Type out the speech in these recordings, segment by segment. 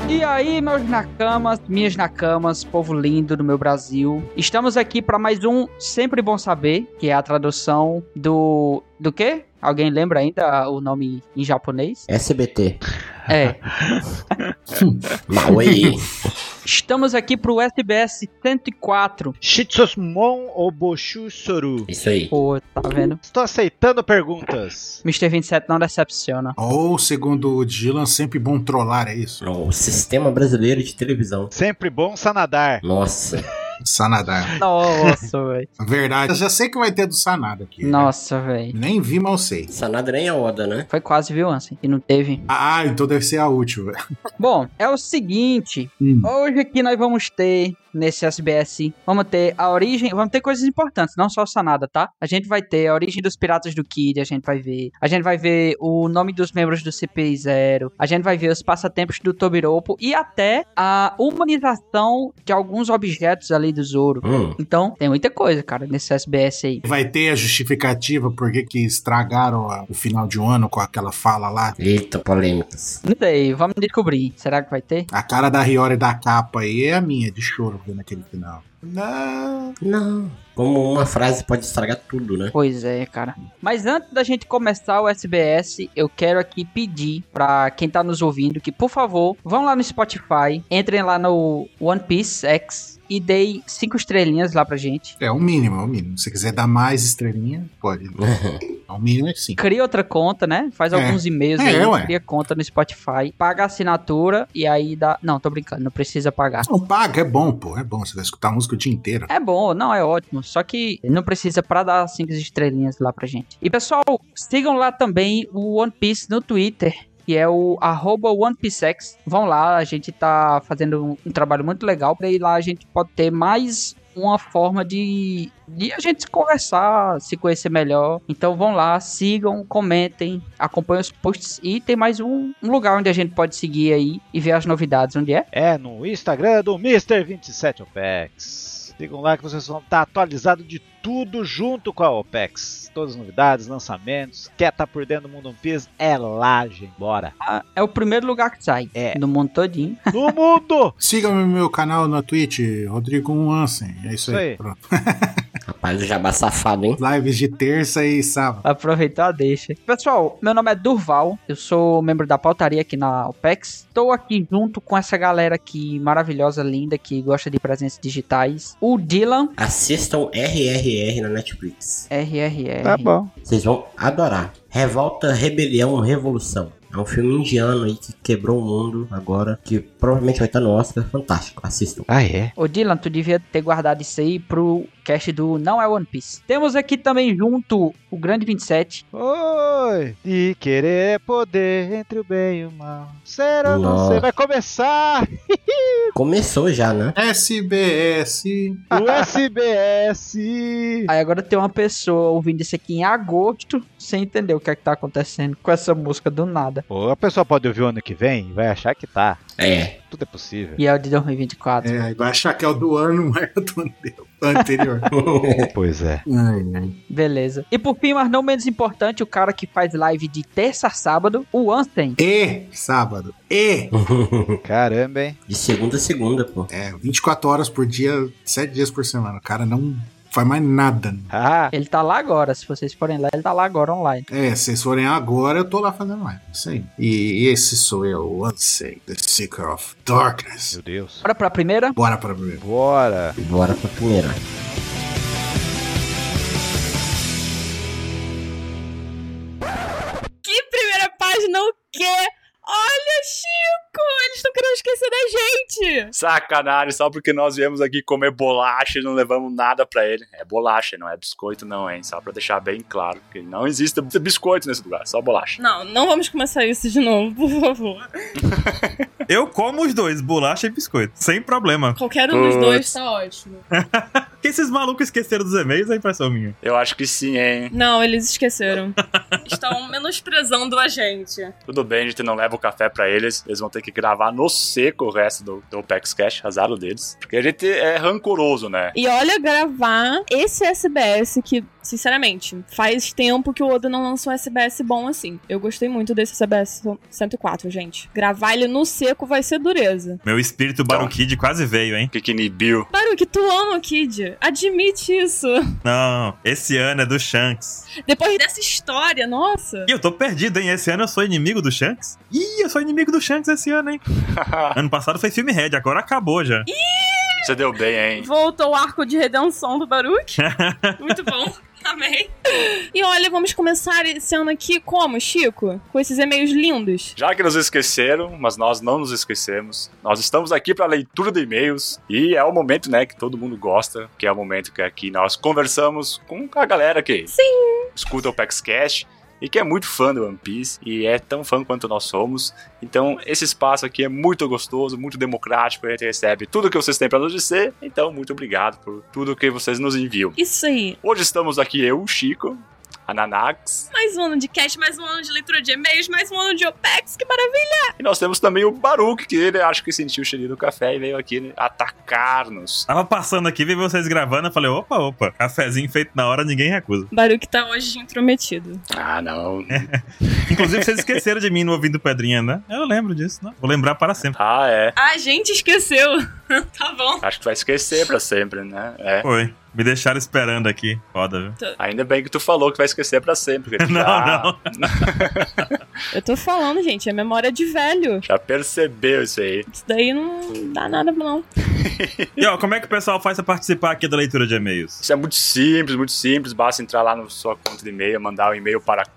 E aí, meus nakamas, minhas nakamas, povo lindo do meu Brasil. Estamos aqui para mais um Sempre Bom Saber, que é a tradução do quê? Alguém lembra ainda o nome em japonês? SBT. É. Maui. Estamos aqui pro SBS 104. Shitsumon Oboshu Soru. Isso aí. Pô, tá vendo? Estou aceitando perguntas. Mr. 27 não decepciona. Ou, segundo o Dylan, sempre bom trollar, é isso? O Sistema Brasileiro de Televisão. Sempre bom Sanadar. Nossa. Sanadar. Nossa, velho. Verdade. Eu já sei que vai ter do Sanada aqui. Nossa, velho. Nem vi, mas eu sei. Sanada nem a Oda, né? Foi quase, viu, Ansem? E não teve. Ah, então deve ser a última. Bom, é o seguinte. Hoje aqui nós vamos ter, nesse SBS, vamos ter a origem, vamos ter coisas importantes, não só o Sanada, tá? A gente vai ter a origem dos Piratas do Kid, a gente vai ver o nome dos membros do CPI-0, a gente vai ver os passatempos do Tobiropo e até a humanização de alguns objetos ali do Zoro. Então, tem muita coisa, cara, nesse SBS aí. Vai ter a justificativa por que estragaram o final de um ano com aquela fala lá. Eita, polêmicas. Não sei, vamos descobrir. Será que vai ter? A cara da Hiyori da capa aí é a minha, de choro, vendo aquele final. Não. Como uma frase pode estragar tudo, né? Pois é, cara. Mas antes da gente começar o SBS, eu quero aqui pedir pra quem tá nos ouvindo que, por favor, vão lá no Spotify, entrem lá no One Piece X e deem 5 estrelinhas lá pra gente. É o mínimo, é o mínimo. Se quiser dar mais estrelinha, pode. O mínimo é 5. Cria outra conta, né? Faz alguns e-mails aí, cria conta no Spotify, paga a assinatura e aí dá... Não, tô brincando, não precisa pagar. Não paga, é bom, pô, é bom. Você vai escutar a música o dia inteiro. É bom, não, é ótimo. Só que não precisa pra dar 5 estrelinhas lá pra gente. E pessoal, sigam lá também o One Piece no Twitter, que é o @OnePieceX. Vão lá, a gente tá fazendo um trabalho muito legal, pra ir lá a gente pode ter mais uma forma de a gente conversar, se conhecer melhor. Então vão lá, sigam, comentem, acompanhem os posts e tem mais um lugar onde a gente pode seguir aí e ver as novidades. Onde é? É no Instagram do Mr.27OPEX. Sigam lá que vocês vão estar atualizados de tudo junto com a OPEX. Todas as novidades, lançamentos. Quer estar por dentro do mundo One Piece? É lá, gente. Bora. É o primeiro lugar que sai. No mundo todinho. No mundo! Siga no meu canal na Twitch, Rodrigo Ansem. É isso aí. Pronto. Rapaz, o jabá safado, hein? Lives de terça e sábado. Aproveitar, deixa. Pessoal, meu nome é Durval. Eu sou membro da pautaria aqui na OPEX. Estou aqui junto com essa galera aqui maravilhosa, linda, que gosta de presenças digitais. O Dylan. Assistam RRR na Netflix. RRR. Tá bom. Vocês vão adorar. Revolta, Rebelião, Revolução. É um filme indiano aí que quebrou o mundo agora, que provavelmente vai estar no Oscar. Fantástico, assistam. Ah, é? Ô Dylan, tu devia ter guardado isso aí pro cast do Não é One Piece. Temos aqui também junto o Grande 27. Oi! E querer é poder entre o bem e o mal. Ser ou não ser, vai começar! Começou já, né? SBS. O SBS! Aí agora tem uma pessoa ouvindo isso aqui em agosto, sem entender o que é que tá acontecendo com essa música do nada. Pô, a pessoa pode ouvir o ano que vem e vai achar que tá. É. Tudo é possível. E é o de 2024. Vai achar que é o do ano, mas é do ano anterior. Pois é. Beleza. E por fim, mas não menos importante, o cara que faz live de terça a sábado, o Ansem. Sábado. Caramba, hein? De segunda a segunda, pô. 24 horas por dia, 7 dias por semana. O cara não faz mais nada. Ele tá lá agora. Se vocês forem lá, ele tá lá agora online. Se vocês forem agora, eu tô lá fazendo live. Isso aí. E esse sou eu, o Ansem, The Seeker of Darkness. Meu Deus. Bora pra primeira? Bora pra primeira. Bora. Bora pra primeira. Que primeira página o quê? Olha, Chico! Eles estão querendo esquecer da gente! Sacanagem, só porque nós viemos aqui comer bolacha e não levamos nada pra ele. É bolacha, não é biscoito não, hein? Só pra deixar bem claro que não existe biscoito nesse lugar, só bolacha. Não vamos começar isso de novo, por favor. Eu como os dois, bolacha e biscoito, sem problema. Qualquer um dos dois tá ótimo. que esses malucos esqueceram dos e-mails? É impressão minha. Eu acho que sim, hein? Não, eles esqueceram. Estão menosprezando a gente. Tudo bem, a gente não leva o café pra eles. Eles vão ter que gravar no seco o resto do Opex Cash, azar deles. Porque a gente é rancoroso, né? E olha, gravar esse SBS que, sinceramente, faz tempo que o Oda não lança um SBS bom assim. Eu gostei muito desse SBS 104, gente. Gravar ele no seco vai ser dureza. Meu espírito Barukid quase veio, hein? O que inibiu? Baruque, tu ama o Kid. Admite isso. Não, esse ano é do Shanks. Depois dessa história, nossa. E eu tô perdido, hein? Esse ano eu sou inimigo do Shanks? Ih, eu sou inimigo do Shanks esse ano, hein? Ano passado foi filme Red, agora acabou já. Você deu bem, hein? Voltou o arco de redenção do Baruque. Muito bom. Amei. E olha, vamos começar esse ano aqui como, Chico? Com esses e-mails lindos. Já que nos esqueceram, mas nós não nos esquecemos, nós estamos aqui para leitura de e-mails e é o momento, né, que todo mundo gosta, que é o momento que aqui nós conversamos com a galera que escuta o Opex Cash e que é muito fã do One Piece e é tão fã quanto nós somos. Então esse espaço aqui é muito gostoso, muito democrático, a gente recebe tudo que vocês têm para nos dizer. Então muito obrigado por tudo que vocês nos enviam. Isso aí. Hoje estamos aqui eu, o Chico, a Nanax. Mais um ano de cast, mais um ano de leitura de e-mails, mais um ano de Opex, que maravilha! E nós temos também o Baruque, que ele acho que sentiu o cheirinho do café e veio aqui atacar-nos. Tava passando aqui, vi vocês gravando, eu falei, opa, cafezinho feito na hora, ninguém recusa. Baruque tá hoje intrometido. Ah, não. Inclusive, vocês esqueceram de mim no Ouvindo Pedrinha, né? Eu lembro disso, né? Vou lembrar para sempre. Ah, é. A gente esqueceu. Tá bom. Acho que tu vai esquecer pra sempre, né? É. Foi. Me deixaram esperando aqui. Foda, viu? Ainda bem que tu falou que vai esquecer pra sempre. Não. Eu tô falando, gente, é memória de velho. Já percebeu isso aí. Isso daí não dá nada, não. E ó, como é que o pessoal faz pra participar aqui da leitura de e-mails? Isso é muito simples. Basta entrar lá na sua conta de e-mail, mandar um e-mail para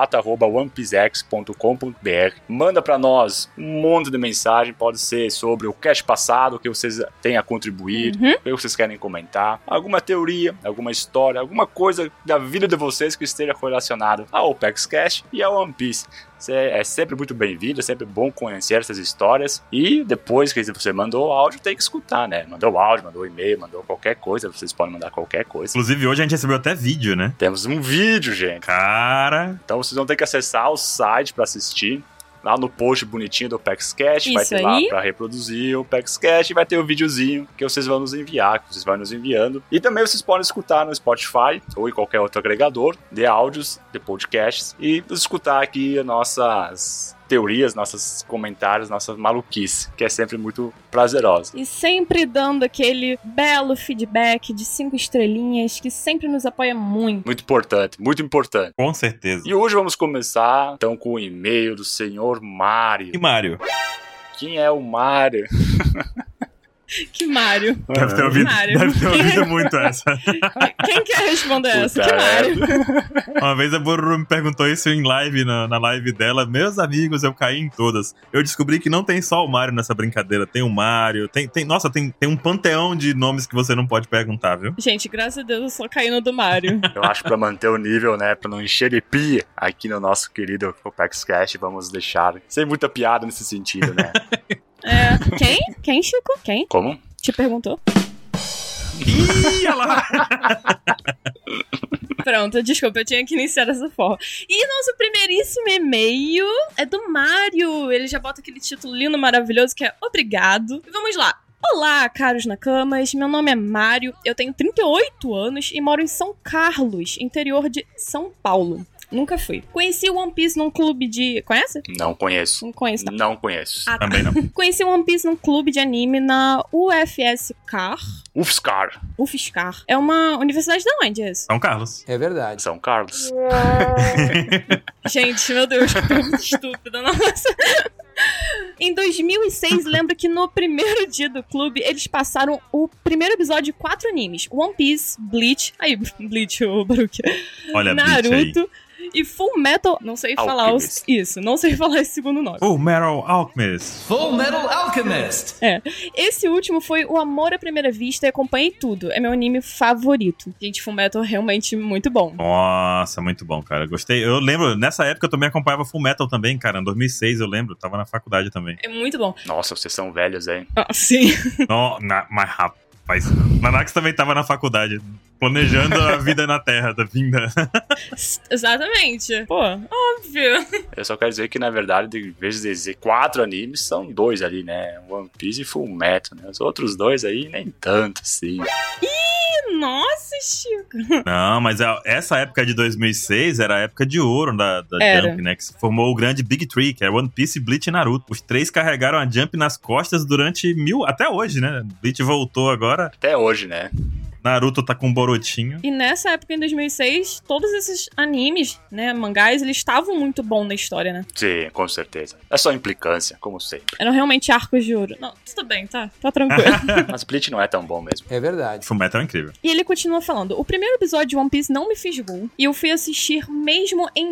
contato@onepizex.com.br. Manda pra nós um monte de mensagem. Pode ser sobre o cast passado, o que vocês têm a contribuir, o que vocês querem comentar, alguma teoria, alguma história, alguma coisa da vida de vocês que esteja relacionado ao Opex Cash e ao One Piece. Você é sempre muito bem-vindo, é sempre bom conhecer essas histórias. E depois que você mandou o áudio, tem que escutar, né? Mandou o áudio, mandou o e-mail, mandou qualquer coisa. Vocês podem mandar qualquer coisa. Inclusive, hoje a gente recebeu até vídeo, né? Temos um vídeo, gente. Cara... Então vocês vão ter que acessar o site pra assistir. Lá no post bonitinho do Opex Cash, vai ter lá pra reproduzir o Opex Cash e vai ter o videozinho que vocês vão nos enviar, que vocês vão nos enviando. E também vocês podem escutar no Spotify ou em qualquer outro agregador de áudios, de podcasts, e escutar aqui nossas teorias, nossos comentários, nossas maluquices, que é sempre muito prazerosa. E sempre dando aquele belo feedback de 5 estrelinhas que sempre nos apoia muito. Muito importante. Com certeza. E hoje vamos começar, então, com o e-mail do senhor Mário. E Mário? Quem é o Mário? Que Mário? Deve ter ouvido muito essa. Quem quer responder essa? Que Mário? Uma vez a Bururu me perguntou isso em live, na live dela. Meus amigos, eu caí em todas. Eu descobri que não tem só o Mário nessa brincadeira. Tem o Mário, nossa, tem um panteão de nomes que você não pode perguntar, viu? Gente, graças a Deus eu só caí no do Mário. Eu acho que pra manter o nível, né, pra não encher de pia aqui no nosso querido Opex Cash, vamos deixar sem muita piada nesse sentido, né? Quem, Chico? Quem? Como? Te perguntou? Ih, olha lá! Pronto, desculpa, eu tinha que iniciar dessa forma. E nosso primeiríssimo e-mail é do Mário. Ele já bota aquele título lindo, maravilhoso, que é Obrigado. E vamos lá. Olá, caros Nakamas, meu nome é Mário, eu tenho 38 anos e moro em São Carlos, interior de São Paulo. Nunca fui. Conheci o One Piece num clube de... Conhece? Não conheço. Não conheço, não. Não conheço. Ah, tá. Também não. Conheci o One Piece num clube de anime na UFSCar. UFSCar. É uma universidade da onde é isso? São Carlos. É verdade. São Carlos. Gente, meu Deus, que pergunta estúpida, nossa. Em 2006, lembro que no primeiro dia do clube, eles passaram o primeiro episódio de 4 animes. One Piece, Bleach... Aí, Bleach, o Baruque. Olha, Naruto... E Full Metal... Não sei falar isso. Não sei falar esse segundo nome. Full Metal Alchemist. Full Metal Alchemist. Esse último foi o Amor à Primeira Vista e acompanhei tudo. É meu anime favorito. Gente, Full Metal é realmente muito bom. Nossa, muito bom, cara. Gostei. Eu lembro, nessa época eu também acompanhava Full Metal também, cara. Em 2006, eu lembro. Tava na faculdade também. É muito bom. Nossa, vocês são velhos, hein? Ah, sim. Mas rapaz. Rapaz, Nanax também tava na faculdade, planejando a vida na Terra, da vinda. Exatamente. Pô, óbvio. Eu só quero dizer que, na verdade, em vez de dizer 4 animes, são 2 ali, né? One Piece e Fullmetal, né? Os outros 2 aí, nem tanto, assim. Nossa, Chico. Não, mas essa época de 2006 era a época de ouro da Jump, né? Que se formou o grande Big Three, que era One Piece, Bleach e Naruto. Os 3 carregaram a Jump nas costas durante até hoje, né? Bleach voltou agora. Até hoje, né? Naruto tá com um Borutinho. E nessa época, em 2006, todos esses animes, né, mangás, eles estavam muito bons na história, né? Sim, com certeza. É só implicância, como sempre. Eram realmente arcos de ouro. Não, tudo bem, tá tranquilo. Mas Bleach não é tão bom mesmo. É verdade. Fullmetal é incrível. E ele continua falando, o primeiro episódio de One Piece não me fisgou, e eu fui assistir mesmo em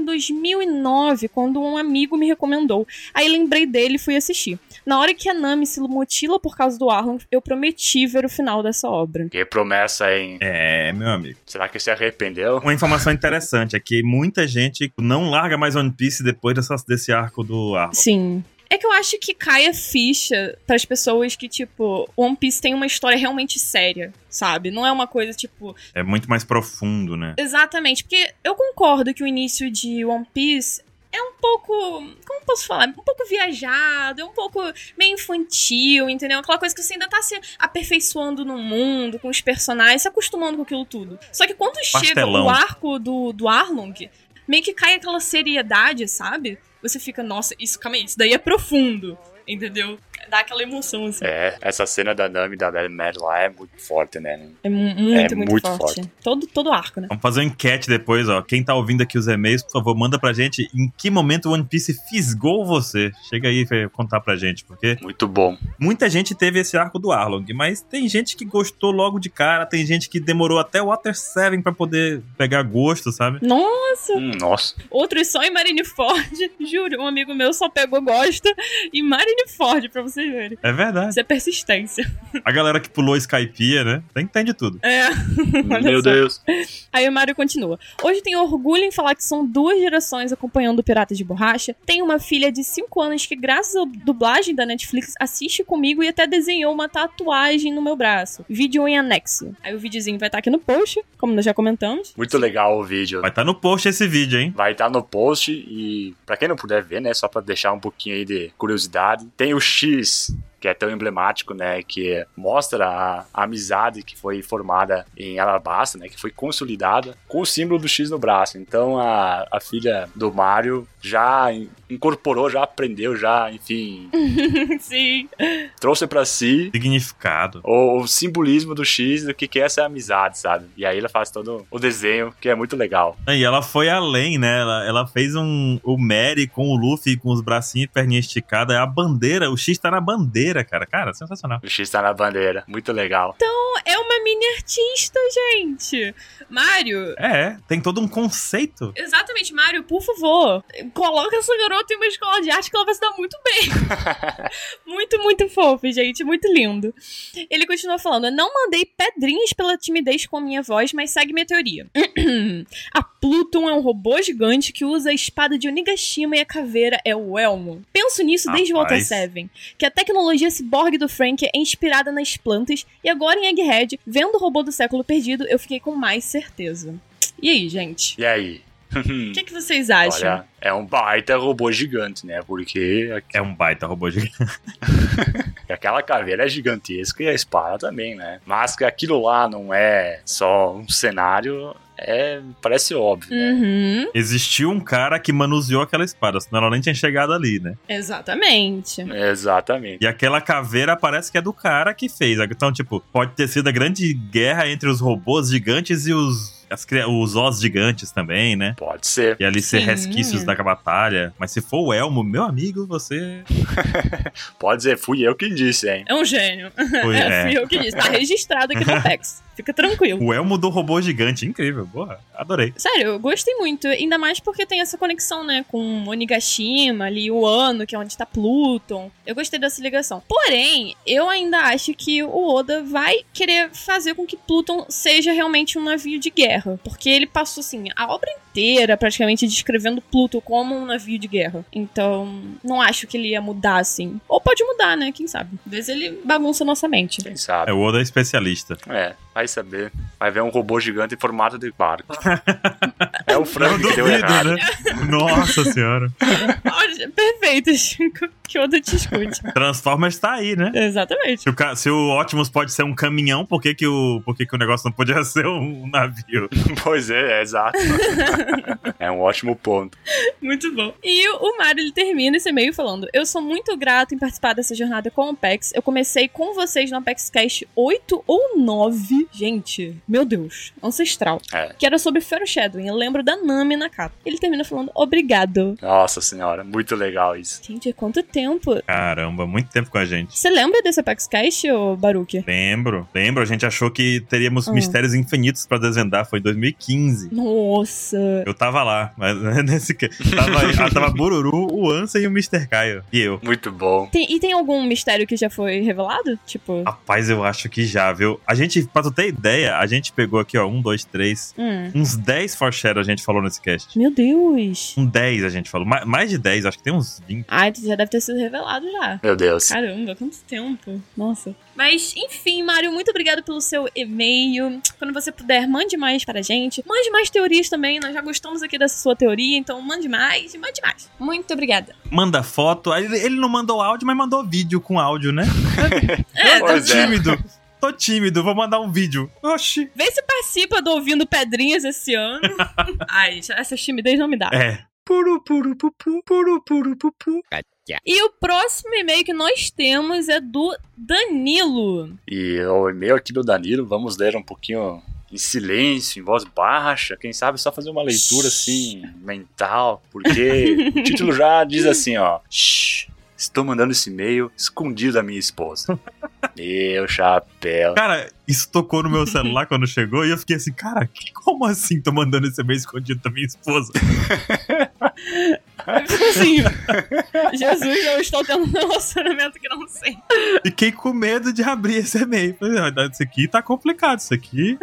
2009, quando um amigo me recomendou. Aí lembrei dele e fui assistir. Na hora que a Nami se mutila por causa do Arlong, eu prometi ver o final dessa obra. Que promessa, hein? É, meu amigo. Será que se arrependeu? Uma informação interessante é que muita gente não larga mais One Piece depois desse arco do Arlong. Sim. É que eu acho que cai a ficha pras pessoas que, tipo, One Piece tem uma história realmente séria, sabe? Não é uma coisa, tipo... É muito mais profundo, né? Exatamente, porque eu concordo que o início de One Piece é um pouco... Como posso falar? Um pouco viajado, é um pouco meio infantil, entendeu? Aquela coisa que você ainda tá se aperfeiçoando no mundo, com os personagens, se acostumando com aquilo tudo. Só que quando chega o arco do Arlong, meio que cai aquela seriedade, sabe? Você fica, nossa, calma aí, isso daí é profundo, entendeu? Dá aquela emoção, assim. É, essa cena da Nami e da Belly Mad lá é muito forte, né? É muito forte. Todo arco, né? Vamos fazer uma enquete depois, ó. Quem tá ouvindo aqui os e-mails, por favor, manda pra gente em que momento o One Piece fisgou você. Chega aí pra contar pra gente, porque... Muito bom. Muita gente teve esse arco do Arlong, mas tem gente que gostou logo de cara, tem gente que demorou até o Water 7 pra poder pegar gosto, sabe? Nossa! Nossa. Outros só em Marineford, juro, um amigo meu só pegou gosto em Marineford, pra vocês verem. É verdade. Isso é persistência. A galera que pulou Skypiea, né? Tem de tudo. É. Meu Deus. Aí o Mário continua. Hoje tenho orgulho em falar que são 2 gerações acompanhando o Piratas de Borracha. Tenho uma filha de 5 anos que, graças à dublagem da Netflix, assiste comigo e até desenhou uma tatuagem no meu braço. Vídeo em anexo. Aí o videozinho vai estar aqui no post, como nós já comentamos. Muito legal o vídeo. Vai estar no post esse vídeo, hein? Vai estar no post e, pra quem não puder ver, né, só pra deixar um pouquinho aí de curiosidade, tem o X, que é tão emblemático, né, que mostra a amizade que foi formada em Alabasta, né, que foi consolidada com o símbolo do X no braço. Então a filha do Mario já incorporou, já aprendeu, já, enfim... Sim. Trouxe pra si... significado. O simbolismo do X, do que é essa amizade, sabe? E aí ela faz todo o desenho, que é muito legal. E ela foi além, né? Ela fez o Mary com o Luffy com os bracinhos e perninha esticada. A bandeira, o X tá na bandeira, cara. Cara, sensacional. O X tá na bandeira. Muito legal. Então, é uma mini artista, gente. Mário... tem todo um conceito. Exatamente, Mário, por favor, coloca essa garota em uma escola de arte que ela vai se dar muito bem. Muito, muito fofo, gente, muito lindo. Ele continua falando, não mandei pedrinhas pela timidez com a minha voz, mas segue minha teoria. A Pluton é um robô gigante que usa a espada de Onigashima e a caveira é o elmo. Penso nisso desde o Water 7, que a tecnologia ciborgue do Frank é inspirada nas plantas, e agora em Egghead, vendo o robô do século perdido, eu fiquei com mais certeza. E aí, gente? E aí? O que vocês acham? Olha, é um baita robô gigante, né? Porque... É um baita robô gigante. Aquela caveira é gigantesca e a espada também, né? Mas que aquilo lá não é só um cenário... parece óbvio, né? Existiu um cara que manuseou aquela espada, senão ela nem tinha chegado ali, né? Exatamente. Exatamente. E aquela caveira parece que é do cara que fez. Então, tipo, pode ter sido a grande guerra entre os robôs gigantes e os ossos gigantes também, né? Pode ser. E ali ser resquícios da batalha. Mas se for o Elmo, meu amigo, você... Pode dizer, fui eu que disse, hein? É um gênio. Fui eu que disse. Tá registrado aqui no Apex. Fica tranquilo. O elmo do robô gigante, incrível. Porra, adorei. Sério, eu gostei muito. Ainda mais porque tem essa conexão, né? Com Onigashima, ali, o Ano, que é onde tá Pluton. Eu gostei dessa ligação. Porém, eu ainda acho que o Oda vai querer fazer com que Pluton seja realmente um navio de guerra. Porque ele passou, assim, a obra inteira praticamente descrevendo Pluton como um navio de guerra. Então, não acho que ele ia mudar, assim. Ou pode mudar, né? Quem sabe? Às vezes ele bagunça nossa mente. Quem sabe? O Oda é especialista. Vai saber. Vai ver um robô gigante em formato de barco. É o frango que deu Duvido, errado. né? Nossa senhora. Olha, perfeito, Chico. Que Oda te escute. Transformers tá aí, né? Exatamente. Se o Optimus pode ser um caminhão, por que o negócio não podia ser um navio? Pois é, exato. É um ótimo ponto. Muito bom. E o Mario, ele termina esse e-mail falando: eu sou muito grato em participar dessa jornada com o Apex. Eu comecei com vocês no Apex Cast 8 ou 9. Gente, meu Deus, ancestral. Que era sobre Foreshadowing. Eu lembro da Nami na capa. Ele termina falando: obrigado. Nossa senhora, muito legal isso. Gente, quanto tempo. Caramba, muito tempo com a gente. Você lembra desse Apex Cast, ô Baruque? Lembro. A gente achou que teríamos mistérios infinitos pra desvendar. Foi em 2015. Nossa. Eu tava lá, mas nesse que tava Bururu, o Ansem e o Mr. Caio. E eu. Muito bom. Tem algum mistério que já foi revelado? Tipo... Rapaz, eu acho que já, viu? A gente, pra tu ter ideia, a gente pegou aqui, ó, 1, 2, 3, uns 10 foreshadow a gente falou nesse cast. Meu Deus. 10 a gente falou. Mais de 10, acho que tem uns 20. Ai, já deve ter sido revelado já. Meu Deus. Caramba, quanto tempo. Nossa. Mas, enfim, Mário, muito obrigado pelo seu e-mail. Quando você puder, mande mais para a gente. Mande mais teorias também. Nós já gostamos aqui dessa sua teoria, então mande mais e mande mais. Muito obrigada. Manda foto. Ele não mandou áudio, mas mandou vídeo com áudio, né? Tô tímido, vou mandar um vídeo. Oxi. Vê se participa do Ouvindo Pedrinhas esse ano. Ai, essa timidez não me dá. Puru, puru, pupu, puru, puru, pupu. E o próximo e-mail que nós temos é do Danilo. E o e-mail aqui do Danilo, vamos ler um pouquinho em silêncio, em voz baixa. Quem sabe só fazer uma leitura assim, mental. Porque o título já diz assim, ó. Shhh, estou mandando esse e-mail escondido da minha esposa. Meu chapéu. Cara, isso tocou no meu celular quando chegou e eu fiquei assim, cara, como assim tô mandando esse e-mail escondido da minha esposa? Assim, Jesus, eu estou tendo um relacionamento que não sei. Fiquei com medo de abrir esse e-mail. Falei, isso aqui tá complicado, isso aqui.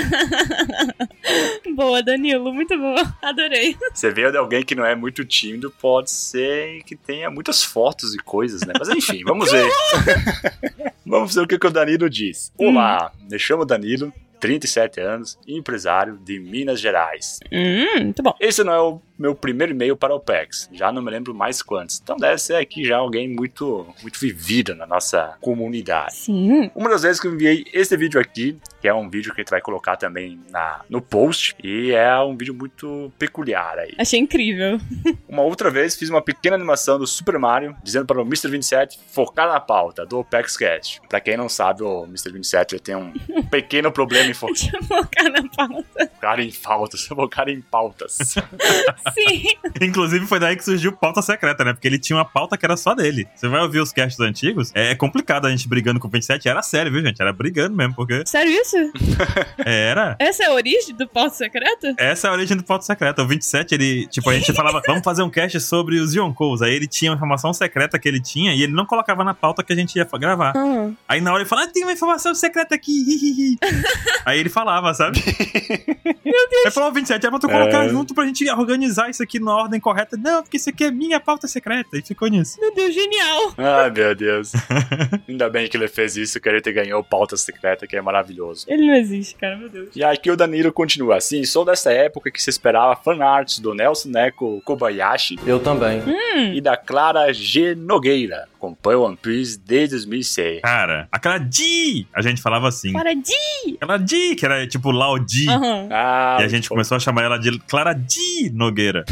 Boa, Danilo, muito boa. Adorei. Você vê de alguém que não é muito tímido, pode ser que tenha muitas fotos e coisas, né? Mas enfim, vamos ver. Vamos ver o que o Danilo diz. Olá, me chamo Danilo, 37 anos, empresário de Minas Gerais. Muito bom. Esse não é o meu primeiro e-mail para o OPEX, já não me lembro mais quantos. Então deve ser aqui já alguém muito vivido na nossa comunidade. Sim. Uma das vezes que eu enviei este vídeo aqui, que é um vídeo que a gente vai colocar também no post, e é um vídeo muito peculiar aí. Achei incrível. Uma outra vez fiz uma pequena animação do Super Mario, dizendo para o Mr. 27 focar na pauta do OPEX Cast. Pra quem não sabe, o Mr. 27 ele tem um pequeno problema em focar na pauta. Focar em pautas. Sim. Inclusive foi daí que surgiu pauta secreta, né? Porque ele tinha uma pauta que era só dele. Você vai ouvir os casts antigos, é complicado a gente brigando com o 27. Era sério, viu, gente? Era brigando mesmo, porque... Sério isso? Era. Essa é a origem do pauta secreta? Essa é a origem do pauta secreta. O 27, ele... Tipo, a gente falava, vamos fazer um cast sobre os Yonkous. Aí ele tinha uma informação secreta que ele tinha e ele não colocava na pauta que a gente ia gravar. Aí na hora ele falava, tem uma informação secreta aqui. Aí ele falava, sabe? Meu Deus. Aí falou, 27, é pra tu colocar junto pra gente organizar isso aqui na ordem correta. Não, porque isso aqui é minha pauta secreta. E ficou nisso. Meu Deus, genial. Ai, meu Deus. Ainda bem que ele fez isso, que ele ganhou pauta secreta, que é maravilhoso. Ele não existe, cara, meu Deus. E aqui o Danilo continua assim, sou dessa época que se esperava fanarts do Nelson Neko Kobayashi. Eu também. E da Clara G. Nogueira. Acompanho One Piece desde 2006. Cara, aquela Di, a gente falava assim. Clara Di! Aquela Di, que era tipo Lao Di. E a gente começou a chamar ela de Clara Di Nogueira.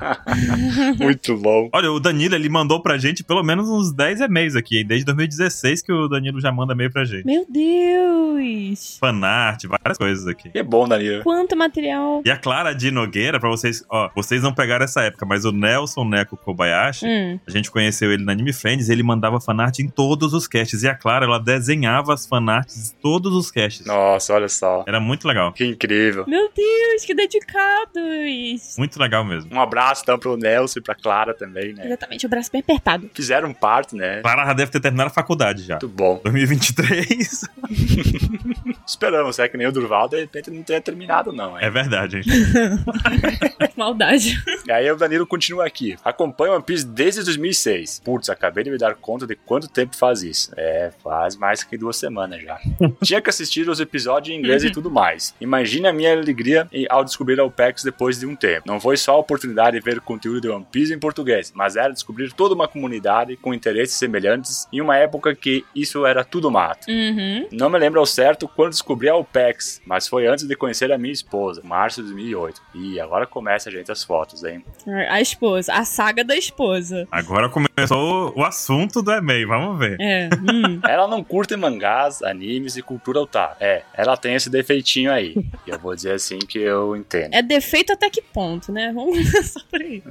Muito bom. Olha, o Danilo, ele mandou pra gente pelo menos uns 10 e-mails aqui. Desde 2016 que o Danilo já manda e-mail pra gente. Meu Deus! Fanart, várias coisas aqui. Que bom, Danilo. Quanto material. E a Clara Di Nogueira, pra vocês... Ó, vocês não pegaram essa época, mas o Nelson Neko Kobayashi, a gente conheceu ele na Anime Friends, ele ele mandava fanart em todos os casts. E a Clara, ela desenhava as fanarts de todos os casts. Nossa, olha só. Era muito legal. Que incrível. Meu Deus, que dedicados. Muito legal mesmo. Um abraço então pro Nelson e pra Clara também, né? Exatamente, o braço bem apertado. Fizeram parte, né? Clara já deve ter terminado a faculdade já. Muito bom. 2023. Esperamos, é que nem o Durval, de repente não tenha terminado, não. É verdade, hein? Maldade. E aí o Danilo continua aqui. Acompanho One Piece desde 2006. Putz, acabei de me dar conta de quanto tempo faz isso. Faz mais que 2 semanas já. Tinha que assistir os episódios em inglês e tudo mais. Imagine a minha alegria ao descobrir a OPEX depois de um tempo. Não foi só a oportunidade de ver conteúdo de One Piece em português, mas era descobrir toda uma comunidade com interesses semelhantes em uma época que isso era tudo mato. Não me lembro ao certo quando descobri a OPEX, mas foi antes de conhecer a minha esposa, março de 2008. E agora começa, gente, as fotos, hein? A esposa, a saga da esposa. Agora começou o assunto do e-mail, vamos ver. Ela não curte mangás, animes e cultura otaku. Ela tem esse defeitinho aí. E eu vou dizer assim que eu entendo. É defeito até que ponto, né? Vamos começar por aí.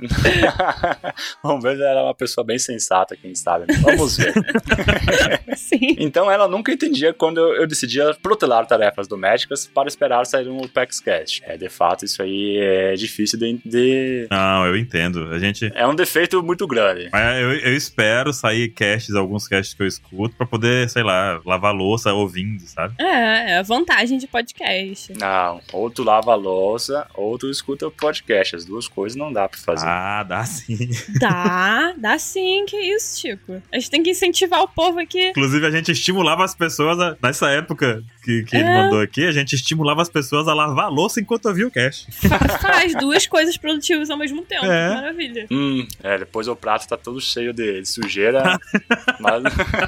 Vamos ver se ela é uma pessoa bem sensata, quem sabe. Vamos ver. Sim. Então ela nunca entendia quando eu decidia protelar tarefas domésticas para esperar sair um OPEX Cast. De fato, isso aí é difícil de... Não, eu entendo. A gente... É um defeito muito grande. Mas eu espero sair casts, alguns casts que eu escuto, pra poder, sei lá, lavar louça ouvindo, sabe? É a vantagem de podcast. Não, ou tu lava a louça, ou tu escuta o podcast. As duas coisas não dá pra fazer. Ah, dá sim. Dá sim, que isso, Chico. A gente tem que incentivar o povo aqui. Inclusive, a gente estimulava as pessoas, nessa época que ele mandou aqui, a gente estimulava as pessoas a lavar a louça enquanto ouvia o cast. Faz 2 coisas produtivas ao mesmo tempo. Maravilha. Depois o prato tá todo cheio de sujeira. Mas...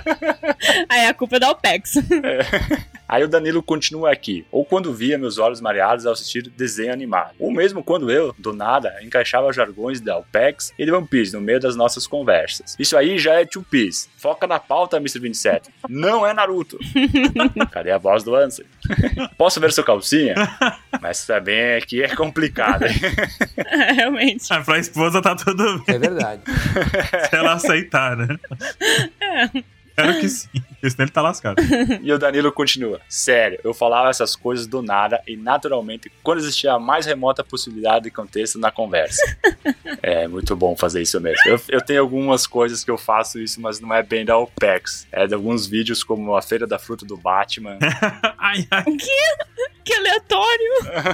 Aí a culpa é da OPEX. Aí o Danilo continua aqui. Ou quando via meus olhos mareados ao assistir desenho animado. Ou mesmo quando eu, do nada, encaixava jargões da OPEX e de One Piece no meio das nossas conversas. Isso aí já é Two Piece. Foca na pauta, Mr. 27. Não é Naruto. Cadê a voz do Ansem? Posso ver sua calcinha? Mas também aqui é complicado, hein? Realmente. Pra esposa tá tudo bem. É verdade. Se ela aceitar, né? Espero que sim. Porque senão ele tá lascado. E o Danilo continua. Sério, eu falava essas coisas do nada e naturalmente quando existia a mais remota possibilidade de contexto na conversa. É muito bom fazer isso mesmo. Eu tenho algumas coisas que eu faço isso, mas não é bem da OPEX. É de alguns vídeos como a Feira da Fruta do Batman. Ai. Que aleatório.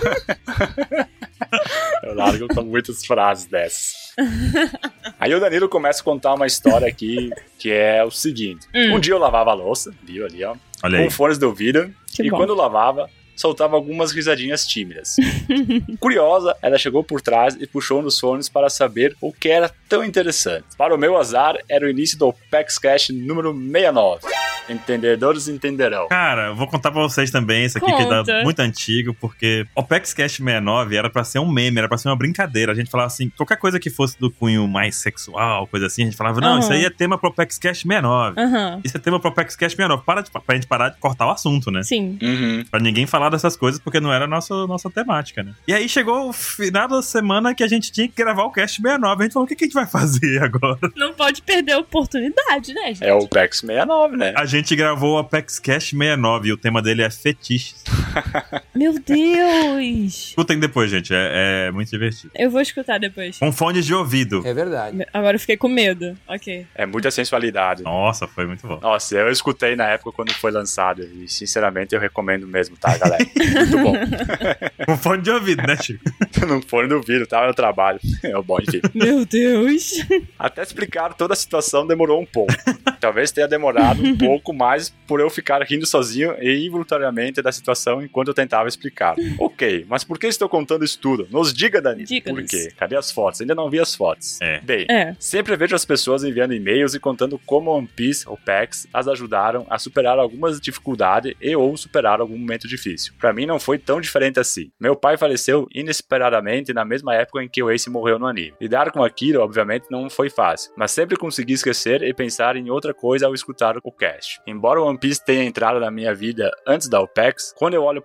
Eu largo com muitas frases dessas. Aí o Danilo começa a contar uma história aqui que é o seguinte. Um dia eu lavava a louça, viu ali, ó, olha com aí. fones de ouvido, Que e bom. quando eu lavava, soltava algumas risadinhas tímidas. Curiosa, ela chegou por trás e puxou nos fones para saber o que era tão interessante. Para o meu azar, era o início do OPEX Cash número 69. Entendedores entenderão. Cara, eu vou contar pra vocês também, isso aqui que é muito antigo, porque OPEX Cast 69 era pra ser um meme, era pra ser uma brincadeira. A gente falava assim, qualquer coisa que fosse do cunho mais sexual, coisa assim, a gente falava, não, isso aí é tema pro OPEX Cast 69. Isso é tema pro OPEX Cast 69. Pra gente parar de cortar o assunto, né? Sim. Pra ninguém falar dessas coisas, porque não era a nossa temática, né? E aí chegou o final da semana que a gente tinha que gravar o Cast 69. A gente falou, o que a gente vai fazer agora? Não pode perder a oportunidade, né, gente? É o OPEX 69, né? A gente gravou o Apex Cash 69 e o tema dele é fetiches. Meu Deus! Escutem depois, gente. É muito divertido. Eu vou escutar depois. Com fones de ouvido. É verdade. Agora eu fiquei com medo. Ok. É muita sensualidade. Nossa, foi muito bom. Nossa, eu escutei na época quando foi lançado e sinceramente eu recomendo mesmo, tá, galera? Muito bom. Com fone de ouvido, né, Chico? Não fone do ouvido, tava no trabalho. É bom, enfim. Meu Deus. Até explicar toda a situação demorou um pouco. Talvez tenha demorado um pouco mais por eu ficar rindo sozinho e involuntariamente da situação enquanto eu tentava explicar. Ok, mas por que estou contando isso tudo? Nos diga, Danilo. Diga-nos. Por quê? Cadê as fotos? Ainda não vi as fotos. Bem, É. sempre vejo as pessoas enviando e-mails e contando como One Piece ou PAX as ajudaram a superar algumas dificuldades e ou superar algum momento difícil. Pra mim não foi tão diferente assim. Meu pai faleceu inesperadamente na mesma época em que o Ace morreu no anime. Lidar com aquilo, obviamente, não foi fácil, mas sempre consegui esquecer e pensar em outra coisa ao escutar o cast. Embora o One Piece tenha entrado na minha vida antes da OPEX, quando eu olho pra trás,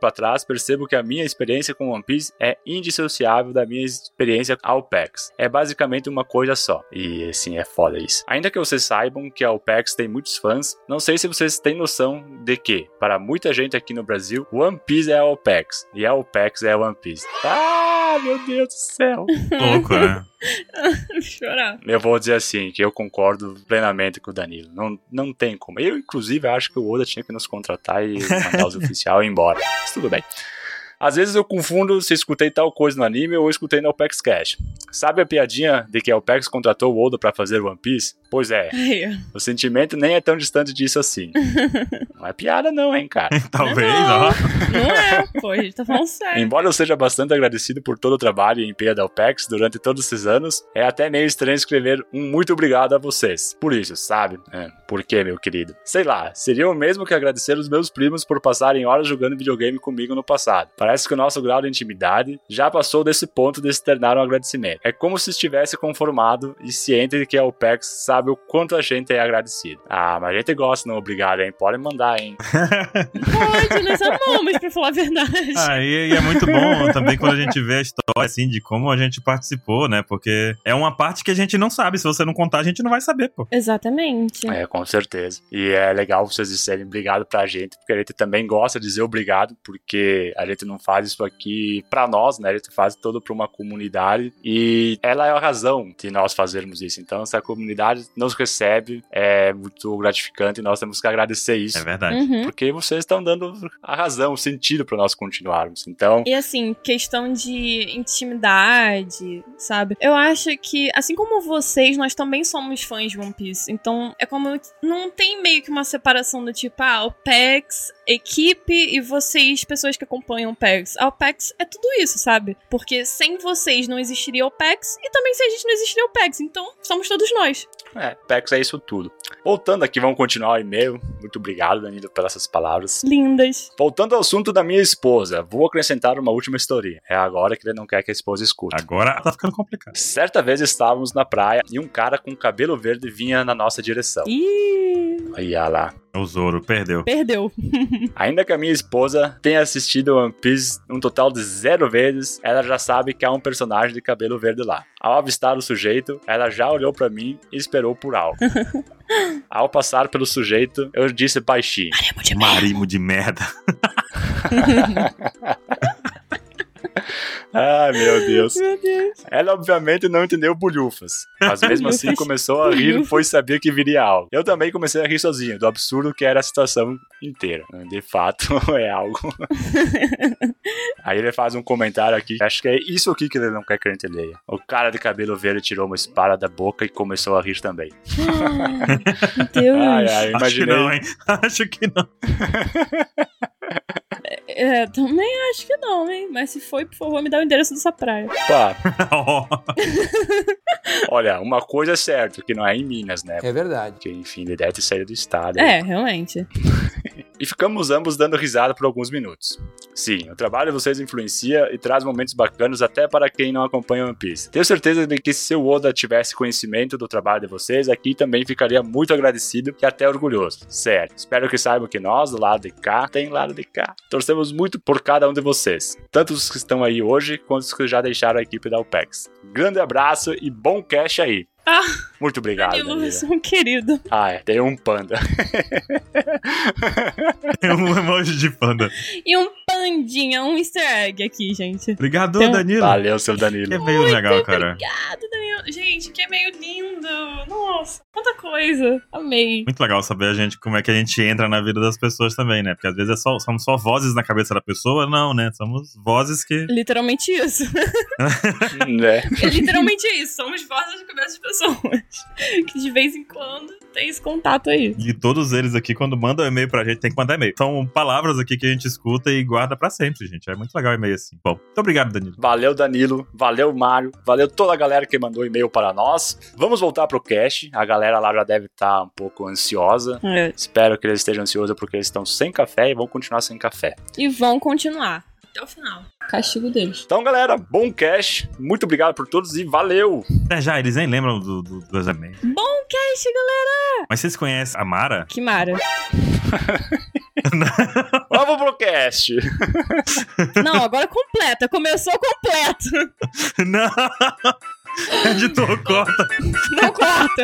percebo que a minha experiência com One Piece é indissociável da minha experiência ao OPEX. É basicamente uma coisa só. E assim, é foda isso. Ainda que vocês saibam que a OPEX tem muitos fãs, não sei se vocês têm noção de que, para muita gente aqui no Brasil, One Piece é a OPEX. E a OPEX é a One Piece. Ah, meu Deus do céu. Louco, né? Chorar. Eu vou dizer assim, que eu concordo plenamente com o Danilo. Não tem como. Eu, inclusive, acho que o Oda tinha que nos contratar e mandar os oficiais embora. Mas tudo bem. Às vezes eu confundo se escutei tal coisa no anime ou escutei no OPEX Cash. Sabe a piadinha de que a OPEX contratou o Oda pra fazer One Piece? Pois é. Ai, O sentimento nem é tão distante disso assim. Não é piada não, hein, cara. Talvez, não, ó. não é, pô, a gente tá falando sério. Embora eu seja bastante agradecido por todo o trabalho e empenho da OPEX durante todos esses anos, é até meio estranho escrever um muito obrigado a vocês. Por isso, sabe? Por quê, meu querido? Sei lá, seria o mesmo que agradecer os meus primos por passarem horas jogando videogame comigo no passado. Parece que o nosso grau de intimidade já passou desse ponto de externar um agradecimento. É como se estivesse conformado e ciente de que a OPEX sabe o quanto a gente é agradecido. Ah, mas a gente gosta, não obrigado, hein? Pode mandar, hein? Pode, nós amamos, pra falar a verdade. E é muito bom também quando a gente vê a história, assim, de como a gente participou, né? Porque é uma parte que a gente não sabe. Se você não contar, a gente não vai saber, pô. Exatamente. É, com certeza. E é legal vocês disserem obrigado pra gente, porque a gente também gosta de dizer obrigado, porque a gente não faz isso aqui pra nós, né? A gente faz todo pra uma comunidade e ela é a razão de nós fazermos isso. Então, se a comunidade nos recebe, é muito gratificante e nós temos que agradecer isso. É verdade. Porque vocês estão dando a razão, o sentido pra nós continuarmos. Então, E assim, questão de intimidade, sabe? Eu acho que, assim como vocês, nós também somos fãs de One Piece. Então, é como não tem meio que uma separação do tipo, o PEX, equipe e vocês, pessoas que acompanham o PEX. A OPEX é tudo isso, sabe? Porque sem vocês não existiria o PEX e também sem a gente não existiria o PEX. Então, somos todos nós. PEX é isso tudo. Voltando aqui, vamos continuar o e-mail. Muito obrigado, Danilo, pelas essas palavras. Lindas. Voltando ao assunto da minha esposa, vou acrescentar uma última historinha. É agora que ele não quer que a esposa escute. Agora tá ficando complicado. Certa vez estávamos na praia e um cara com cabelo verde vinha na nossa direção. Ih, Olha lá. O Zoro perdeu. perdeu. Ainda que a minha esposa tenha assistido One Piece um total de 0 vezes, ela já sabe que há um personagem de cabelo verde lá. Ao avistar o sujeito, ela já olhou pra mim e esperou por algo. Ao passar pelo sujeito, eu disse baixinho: Marimo de merda. Ai, meu Deus. Meu Deus. Ela obviamente não entendeu bolhufas, mas mesmo assim Bolhufas. começou a rir, pois sabia que viria algo. Eu também comecei a rir sozinho, do absurdo que era a situação inteira. De fato, é algo. Aí ele faz um comentário aqui, acho que é isso aqui que ele não quer que a gente leia. O cara de cabelo verde tirou uma espada da boca e começou a rir também. Meu Deus. Ai, Acho que imaginei. não, hein? Acho que não. Também acho que não, hein? Mas se foi, por favor, me dá o endereço dessa praia. Pá, Ó, olha, uma coisa é certa, que não é em Minas, né? É verdade. Porque, enfim, ele deve ter saído do estado. Realmente. E ficamos ambos dando risada por alguns minutos. Sim, o trabalho de vocês influencia e traz momentos bacanas até para quem não acompanha One Piece. Tenho certeza de que se o Oda tivesse conhecimento do trabalho de vocês, aqui também ficaria muito agradecido e até orgulhoso. Sério, espero que saibam que nós, do lado de cá, tem lado de cá. Torcemos muito por cada um de vocês, tanto os que estão aí hoje, quanto os que já deixaram a equipe da OPEX. Grande abraço e bom cash aí. Muito obrigado, Danilo, Danilo. você é um querido. Tem um panda. tem um emoji de panda. E um pandinha, um easter egg aqui, gente. Obrigado, Então- Danilo. Valeu, seu Que Danilo. meio legal, cara. Obrigado, Danilo. Gente, que é meio lindo. Nossa, quanta coisa. Amei. Muito legal saber como é que a gente entra na vida das pessoas também, né? Porque às vezes somos só vozes na cabeça da pessoa. Não, né? Somos vozes que... Literalmente isso. Né? É literalmente isso. Somos vozes de cabeça de pessoas. Que de vez em quando tem esse contato aí. E todos eles aqui, quando mandam e-mail pra gente, tem que mandar e-mail. São palavras aqui que a gente escuta e guarda pra sempre, gente. É muito legal o e-mail assim. Bom, muito obrigado, Danilo. Valeu, Danilo. Valeu, Mário. Valeu toda a galera que mandou e-mail para nós. Vamos voltar pro cast. A galera lá já deve estar um pouco ansiosa. Espero que eles estejam ansiosos porque eles estão sem café e vão continuar sem café. E vão continuar até o final. Castigo deles. Então, galera, bom cast. Muito obrigado por todos e valeu. Já, eles nem lembram dos e-mails. Bom cast, galera! Mas vocês conhecem a Mara? Que mara. Mas Vamos pro cast. Não, agora completa. Começou completo. Não! Editor, corta. Não corta.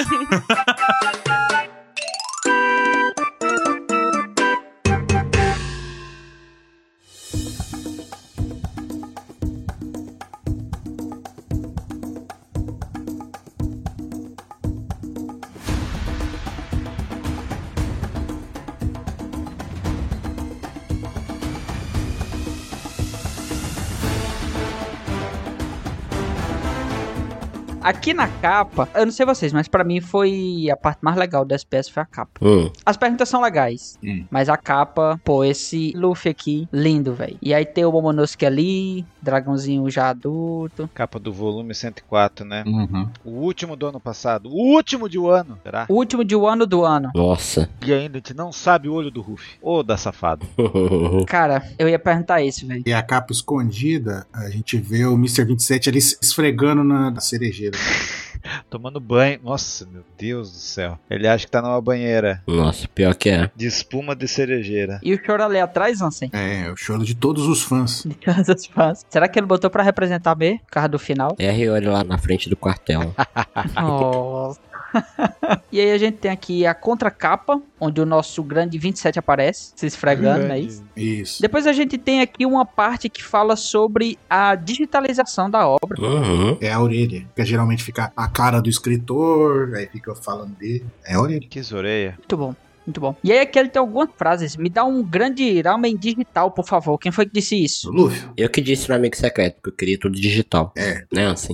Aqui na capa, eu não sei vocês, mas pra mim foi a parte mais legal do SPS foi a capa. As perguntas são legais, mas a capa, pô, esse Luffy aqui, lindo, velho. E aí tem o Momonosuke ali, dragãozinho já adulto. Capa do volume 104, né? Uhum. O último do ano passado. O último de um ano, será? O último de Wano do ano. Nossa. E ainda a gente não sabe o olho do Ruffy. Ô, da safado. Cara, eu ia perguntar isso, velho. E a capa escondida, a gente vê o Mr. 27 ali se esfregando na cerejeira. Tomando banho. Nossa, meu Deus do céu. Ele acha que tá numa banheira Nossa, pior que é. de espuma de cerejeira. E o choro ali atrás, Ansem? É, o choro de todos os fãs. De todas as fãs. Será que ele botou pra representar B, por causa do final? É a Hiyori lá na frente do quartel. Nossa. E aí a gente tem aqui a contracapa, onde o nosso grande 27 aparece, se esfregando, não é isso? Isso. Depois a gente tem aqui uma parte que fala sobre a digitalização da obra. Uhum. É a orelha. Que geralmente fica a cara do escritor, aí fica falando dele. É a orelha. Que zoreia. Muito bom. Muito bom. E aí aqui ele tem algumas frases. Me dá um grande ramen digital, por favor. Quem foi que disse isso? O Luffy. Eu que disse no Amigo Secreto, porque eu queria tudo digital. É. Né, assim?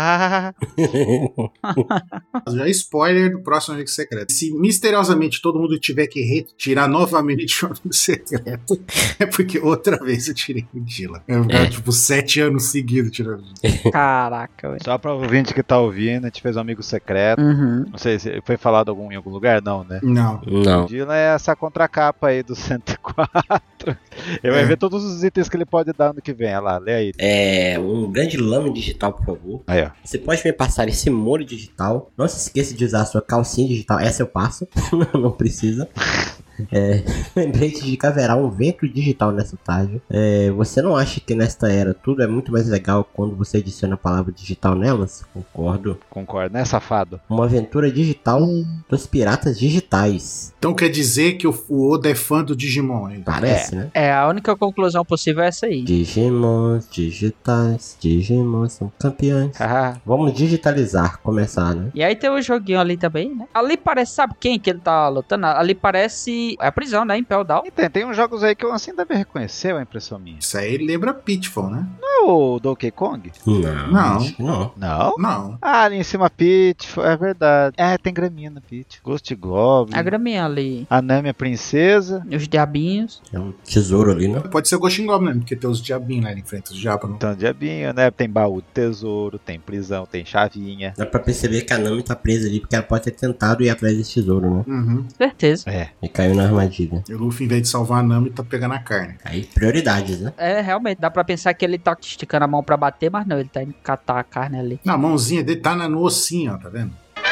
Já spoiler do próximo Amigo Secreto. Se misteriosamente todo mundo tiver que retirar novamente o Amigo Secreto, é porque outra vez eu tirei o Dila. Eu ficar, tipo, 7 anos seguidos tirando. Caraca, velho. Só pra ouvinte que tá ouvindo, a gente fez um amigo secreto. Uhum. Não sei se foi falado em algum lugar, não, né? Não. Não. O Dylan é essa contracapa aí do 104. Ele vai ver todos os itens que ele pode dar ano que vem. Olha lá, lê aí. É um grande lame digital, por favor. Aí, ó. Você pode me passar esse molho digital. Não se esqueça de usar a sua calcinha digital. Essa eu passo. Não precisa. Lembrete de que haverá um vento digital nessa tarde. Você não acha que nesta era tudo é muito mais legal quando você adiciona a palavra digital nelas? Concordo. Concordo, né, safado? Uma aventura digital dos piratas digitais. Então quer dizer que o Oda é fã do Digimon, hein? Parece, né? É, a única conclusão possível é essa aí. Digimons digitais. Digimons são campeões. Vamos digitalizar, começar, né? E aí tem o joguinho ali também, né? Ali parece, sabe quem que ele tá lutando? Ali parece a prisão, né? Impel Down. E tem uns jogos aí que eu assim deve reconhecer, a impressão minha. Isso aí lembra Pitfall, né? Não é o Donkey Kong? Não. Acho que não. Não? Não. Ah, ali em cima Peach, é verdade. É, tem graminha no Peach. Ghost Goblin. A graminha ali. A Nami, a princesa. Os diabinhos. É um tesouro ali, né? Pode ser o Ghost Goblin, né? Porque tem os diabinhos lá em frente, os diabos. Não. Então, diabinho, né? Tem baú de tesouro, tem prisão, tem chavinha. Dá pra perceber que a Nami tá presa ali porque ela pode ter tentado ir atrás desse tesouro, né? Uhum. Certeza. É. E caiu na armadilha. E o Luffy, em vez de salvar a Nami, tá pegando a carne. Aí, prioridades, né? É, realmente, dá pra pensar que ele tá esticando a mão pra bater, mas não, ele tá indo catar a carne ali. Não, a mãozinha dele tá no ossinho, ó, tá vendo?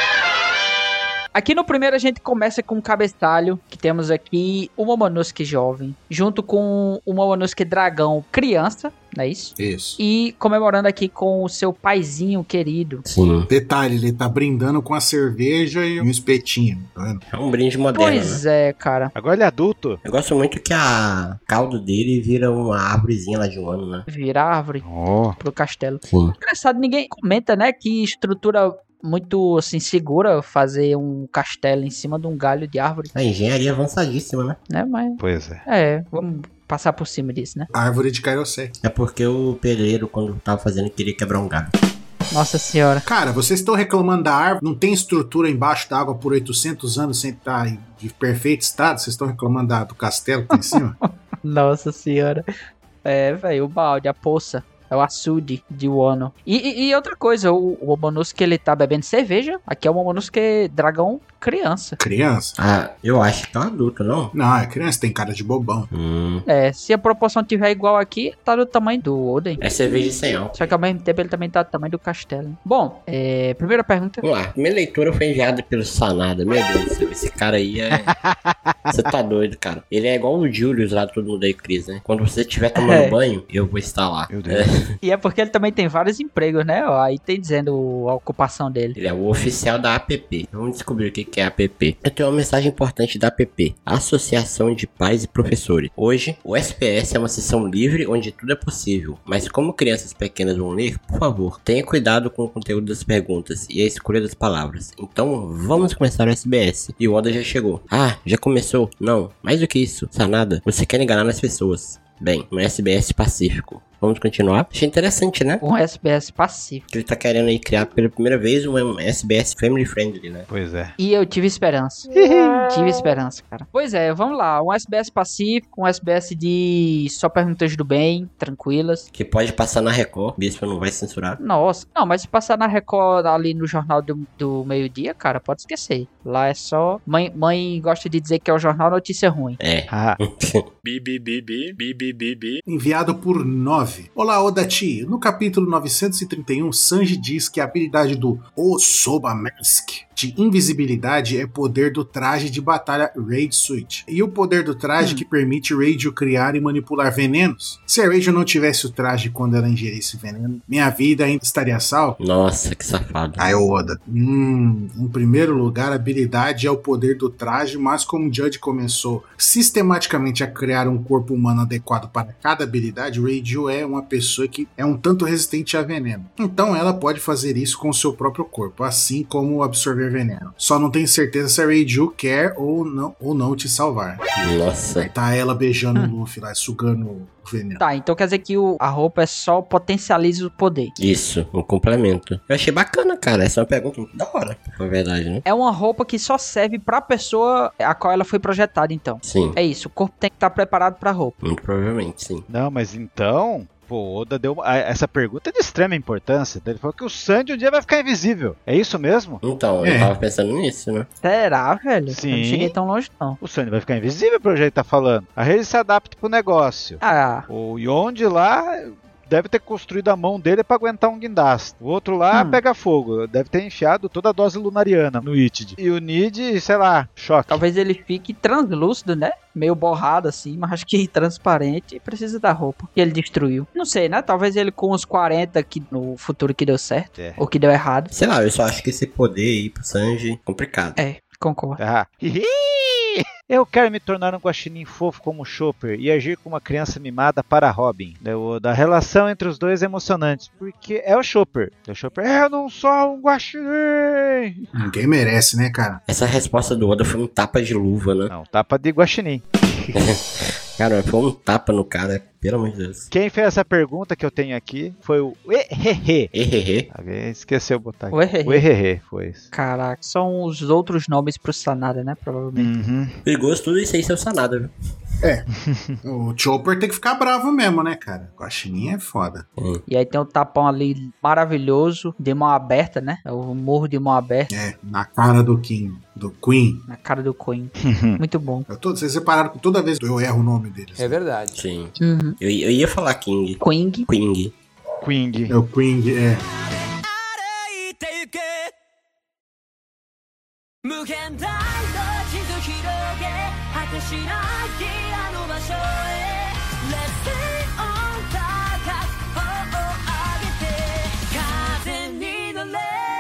Aqui no primeiro a gente começa com um cabeçalho, que temos aqui o Momonosuke jovem, junto com o Momonosuke dragão criança, não é isso? Isso. E comemorando aqui com o seu paizinho querido. Sim. Detalhe, ele tá brindando com a cerveja e um espetinho, tá vendo? É um brinde moderno, né? Pois é, cara. Agora ele é adulto. Eu gosto muito que a cauda dele vira uma árvorezinha lá de um ano, né? Vira árvore Oh. pro castelo. Sim. Engraçado, ninguém comenta, né, que estrutura muito, assim, segura fazer um castelo em cima de um galho de árvore, A engenharia avançadíssima, né? né, mas... Pois é. Vamos passar por cima disso, né? Árvore de Kairosek. É porque o pedreiro, quando tava fazendo, queria quebrar um galho. Nossa senhora. Cara, vocês estão reclamando da árvore, não tem estrutura embaixo da água por 800 anos sem estar de perfeito estado? Vocês estão reclamando do castelo que tem em cima? Nossa senhora. É, velho, o balde, a poça. É o açude de Wano. E outra coisa, o Momonosuke ele tá bebendo cerveja. Aqui é o Momonosuke dragão criança. Criança? Ah, eu acho que é um adulto, não? Não, é criança, tem cara de bobão. Se a proporção tiver igual aqui, tá do tamanho do Oden. É cerveja sem álcool. Só que ao mesmo tempo ele também tá do tamanho do castelo. Bom, primeira pergunta. Vamos lá. Minha leitura foi enviada pelo Sanada. Meu Deus do céu, esse cara aí é... Você tá doido, cara. Ele é igual o Julius lá do Todo Mundo aí, Cris, né? Quando você estiver tomando banho, eu vou estar lá. Meu Deus. E é porque ele também tem vários empregos, né? Ó, aí tem dizendo a ocupação dele. Ele é o oficial da APP. Vamos descobrir o que é a APP. Eu tenho uma mensagem importante da APP. Associação de Pais e Professores. Hoje, o SPS é uma sessão livre onde tudo é possível. Mas como crianças pequenas vão ler, por favor, tenha cuidado com o conteúdo das perguntas e a escolha das palavras. Então, vamos começar o SBS. E o Oda já chegou. Ah, já começou? Não. Mais do que isso, Sanada, você quer enganar as pessoas. Bem, um SBS pacífico. Vamos continuar? Achei interessante, né? Um SBS pacífico. Ele tá querendo aí criar pela primeira vez um SBS family friendly, né? Pois é. E eu tive esperança. Tive esperança, cara. Pois é, vamos lá. Um SBS pacífico, um SBS de só perguntas do bem, tranquilas. Que pode passar na Record, Bispo não vai censurar. Nossa, não, mas se passar na Record ali no jornal do meio-dia, cara, pode esquecer. Lá é só... Mãe gosta de dizer que é o jornal notícia ruim. É. Ah, Bi. Enviado por 9. Olá, Odachi. No capítulo 931, Sanji diz que a habilidade do Osoba Mask de invisibilidade é poder do traje de batalha Raid Suit. E o poder do traje que permite Raid criar e manipular venenos. Se a Raid não tivesse o traje quando ela ingerisse veneno, minha vida ainda estaria salva? Nossa, que safado. Aí o Oda. Em primeiro lugar, a habilidade é o poder do traje, mas como o Judge começou sistematicamente a criar um corpo humano adequado para cada habilidade, Raid é uma pessoa que é um tanto resistente a veneno. Então ela pode fazer isso com o seu próprio corpo, assim como absorver veneno. Só não tenho certeza se a Raiju quer ou não te salvar. Nossa. Aí tá ela beijando o Luffy lá, sugando o veneno. Tá, então quer dizer que a roupa é só potencializa o poder. Isso, um complemento. Eu achei bacana, cara. Essa é uma pergunta muito da hora, na verdade, né? É uma roupa que só serve pra pessoa a qual ela foi projetada, então. Sim. É isso, o corpo tem que estar preparado pra roupa. Muito provavelmente, sim. não, mas então... Pô, Oda deu essa pergunta é de extrema importância. Ele falou que o Sanji um dia vai ficar invisível. É isso mesmo? Então, eu tava pensando nisso, né? Será, velho? Sim. Eu não cheguei tão longe, não. O Sanji vai ficar invisível, pelo jeito que tá falando. A rede se adapta pro negócio. Ah, O Yonde lá deve ter construído a mão dele pra aguentar um guindaste. O outro lá pega fogo. Deve ter enfiado toda a dose lunariana no Itid. E o Nid, sei lá, choque. talvez ele fique translúcido, né? Meio borrado assim, mas acho que transparente e precisa da roupa que ele destruiu. Não sei, né? Talvez ele com os 40 que no futuro que deu certo, ou que deu errado. Sei lá, eu só acho que esse poder aí pro Sanji complicado. É, concordo. Ah. Eu quero me tornar um guaxinim fofo como o Chopper e agir como uma criança mimada para Robin. Da relação entre os dois é emocionante, porque é o Chopper. O Chopper, eu não sou um guaxinim. Ninguém merece, né, cara? Essa resposta do Oda foi um tapa de luva, né? Não, tapa de guaxinim. Cara, foi um tapa no cara, pelo amor de Deus. Quem fez essa pergunta que eu tenho aqui foi o Ehehe. Ehehe. Alguém esqueceu de botar aqui. O Ehehe. O Ehehe foi isso. Caraca, são os outros nomes pro Sanada, né? Provavelmente. Perigoso tudo isso aí ser o Sanada, viu? O Chopper tem que ficar bravo mesmo, né, cara? O Guaxinim é foda. E aí tem o tapão ali maravilhoso, de mão aberta, né? É o morro de mão aberta, É, na cara do Queen. na cara do Queen. Muito bom. Vocês separaram que toda vez eu erro o nome deles. É verdade. Sim. Uhum. Eu ia falar King. Queen. Queen. Queen. É o Queen, é. 無限大の地図広げ果てしなきあの場所へ Let's stay on 高く頬を上げて風に乗れ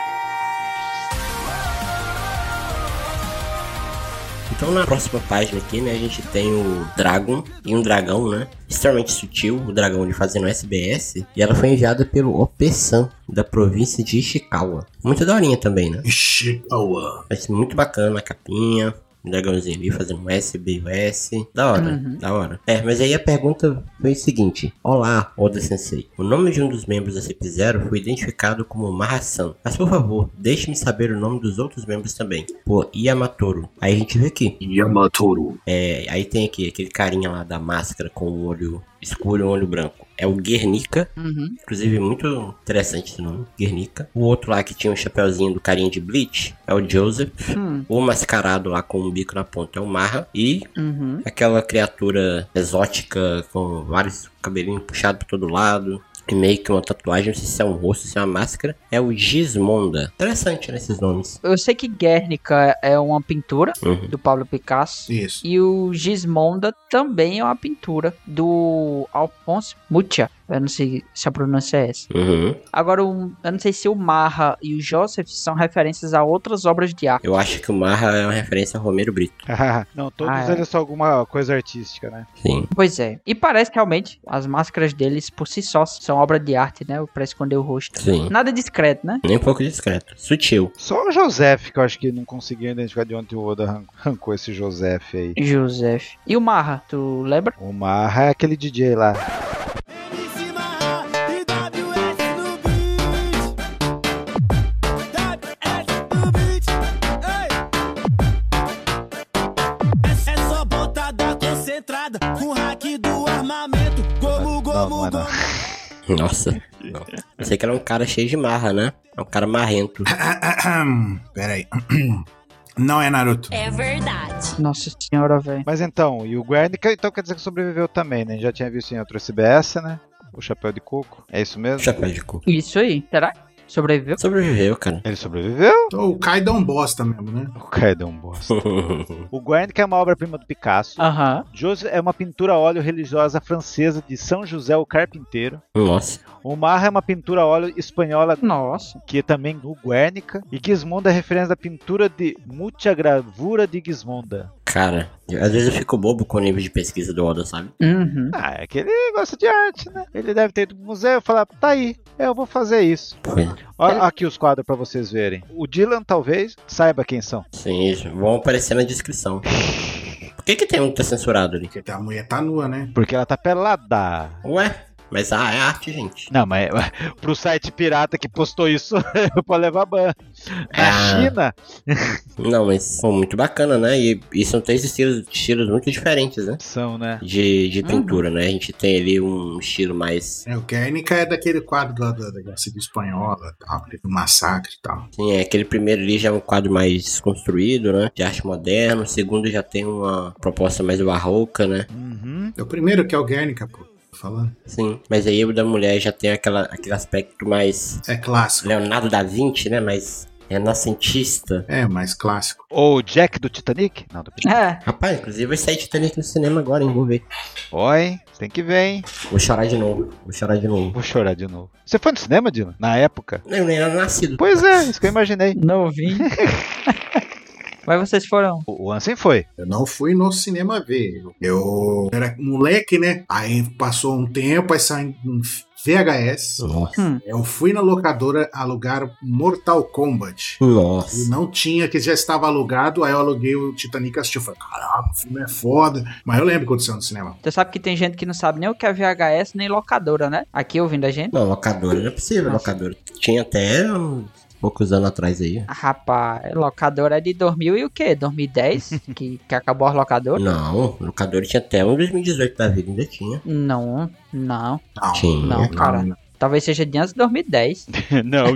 Então na próxima página aqui, né, a gente tem o Dragon e um dragão, né, extremamente sutil, o dragão ele fazendo SBS, e ela foi enviada pelo Ope-san, da província de Ishikawa. Muito daorinha também, né? Ishikawa. Vai ser muito bacana a capinha, o dragãozinho ali fazendo um SBS, da hora, da hora. Mas aí a pergunta foi o seguinte: olá, Oda Sensei, o nome de um dos membros da CP0 foi identificado como Maha-san, mas por favor, deixe-me saber o nome dos outros membros também, por Yamato. Aí a gente vê aqui Yamato. aí tem aqui aquele carinha lá da máscara com o olho escuro e um olho branco. É o Guernica. Uhum. Inclusive, muito interessante esse nome, Guernica. O outro lá que tinha um chapeuzinho do carinha de Bleach é o Joseph. O mascarado lá com um bico na ponta é o Marra. E aquela criatura exótica com vários cabelinhos puxados pra todo lado. E meio que uma tatuagem, não sei se é um rosto, se é uma máscara. É o Gismonda. Interessante, né, esses nomes. Eu sei que Guernica é uma pintura do Pablo Picasso. Isso. E o Gismonda também é uma pintura do Alphonse Mucha. Eu não sei se a pronúncia é essa. Agora, eu não sei se o Marra e o Joseph são referências a outras obras de arte. Eu acho que o Marra é uma referência a Romero Brito. Não, todos eles são alguma coisa artística, né? Sim. Pois é. E parece realmente, as máscaras deles por si só são obra de arte, né? Pra esconder o rosto. Sim. Nada discreto, né? Nem um pouco discreto. Sutil. Só o Joseph, que eu acho que não conseguiu identificar de onde o Oda arrancou esse Joseph aí. Joseph. E o Marra, tu lembra? O Marra é aquele DJ lá. Nossa. Não. Eu sei que ele é um cara cheio de marra, né? É um cara marrento. Pera aí. Não é Naruto. É verdade. Nossa senhora, velho. Mas então, e o Guernica, então quer dizer que sobreviveu também, né? Já tinha visto em outro SBS, né? O Chapéu de Coco. É isso mesmo? Chapéu de coco. Isso aí. Será? Sobreviveu? Sobreviveu, cara. Ele sobreviveu? Então, o Kaido é um bosta mesmo, né? O Kaido é um bosta. O Guernica é uma obra-prima do Picasso. Aham. Joseph é uma pintura a óleo religiosa francesa de São José o Carpinteiro. Nossa. O Marra é uma pintura a óleo espanhola Nossa. que é também do Guernica. E Gismonda é referência da pintura de Mucha Gravura de Gismonda. Cara, às vezes eu fico bobo com o nível de pesquisa do Oda, sabe? Uhum. Ah, é que ele gosta de arte, né? Ele deve ter ido pro museu e falar, tá aí, eu vou fazer isso. Foi. Olha aqui os quadros pra vocês verem. O Dylan talvez saiba quem são. Sim, isso. Vão aparecer na descrição. Por que tem um que tá censurado ali? Porque a mulher tá nua, né? Porque ela tá pelada. Ué? Mas é arte, gente. Não, mas pro site pirata que postou isso, pode levar ban. Na China. Não, mas pô, muito bacana, né? E são três estilos muito diferentes, né? São, né? De pintura, né? A gente tem ali um estilo mais... O Guernica é daquele quadro lá da Guerra Espanhola, tal, do massacre e tal. Sim, aquele primeiro ali já é um quadro mais desconstruído, né? De arte moderna. O segundo já tem uma proposta mais barroca, né? É o primeiro que é o Guernica, pô. Falando. Sim, mas aí o da mulher já tem aquele aspecto mais... É clássico. Leonardo da Vinci, né? Mais renascentista. É, mais clássico. Ou Jack do Titanic? Não, do Titanic. É. Rapaz, inclusive vai sair Titanic no cinema agora, hein? Vou ver. Oi, tem que ver, hein? Vou chorar de novo. Vou chorar de novo. Você foi no cinema, Dylan? Na época? Eu nem era nascido. Pois é, isso que eu imaginei. Novinho. Mas vocês foram. O Ansem foi. Eu não fui no cinema ver. Eu era moleque, né? Aí passou um tempo, aí saiu um VHS. Nossa. Eu fui na locadora alugar Mortal Kombat. E Nossa. não tinha, que já estava alugado. Aí eu aluguei o Titanic e assisti. Eu falei, caramba, o filme é foda. Mas eu lembro o que aconteceu no cinema. Você sabe que tem gente que não sabe nem o que é VHS, nem locadora, né? Aqui ouvindo a gente. Não, locadora não é possível, Nossa. locadora. Tinha até poucos anos atrás aí. Rapaz, locadora é de 2000 e o quê? 2010? que acabou a locadora? Não, locadora tinha até um 2018 da vida, ainda tinha. Não. Tinha. Não, cara. Talvez seja de antes de 2010. Não.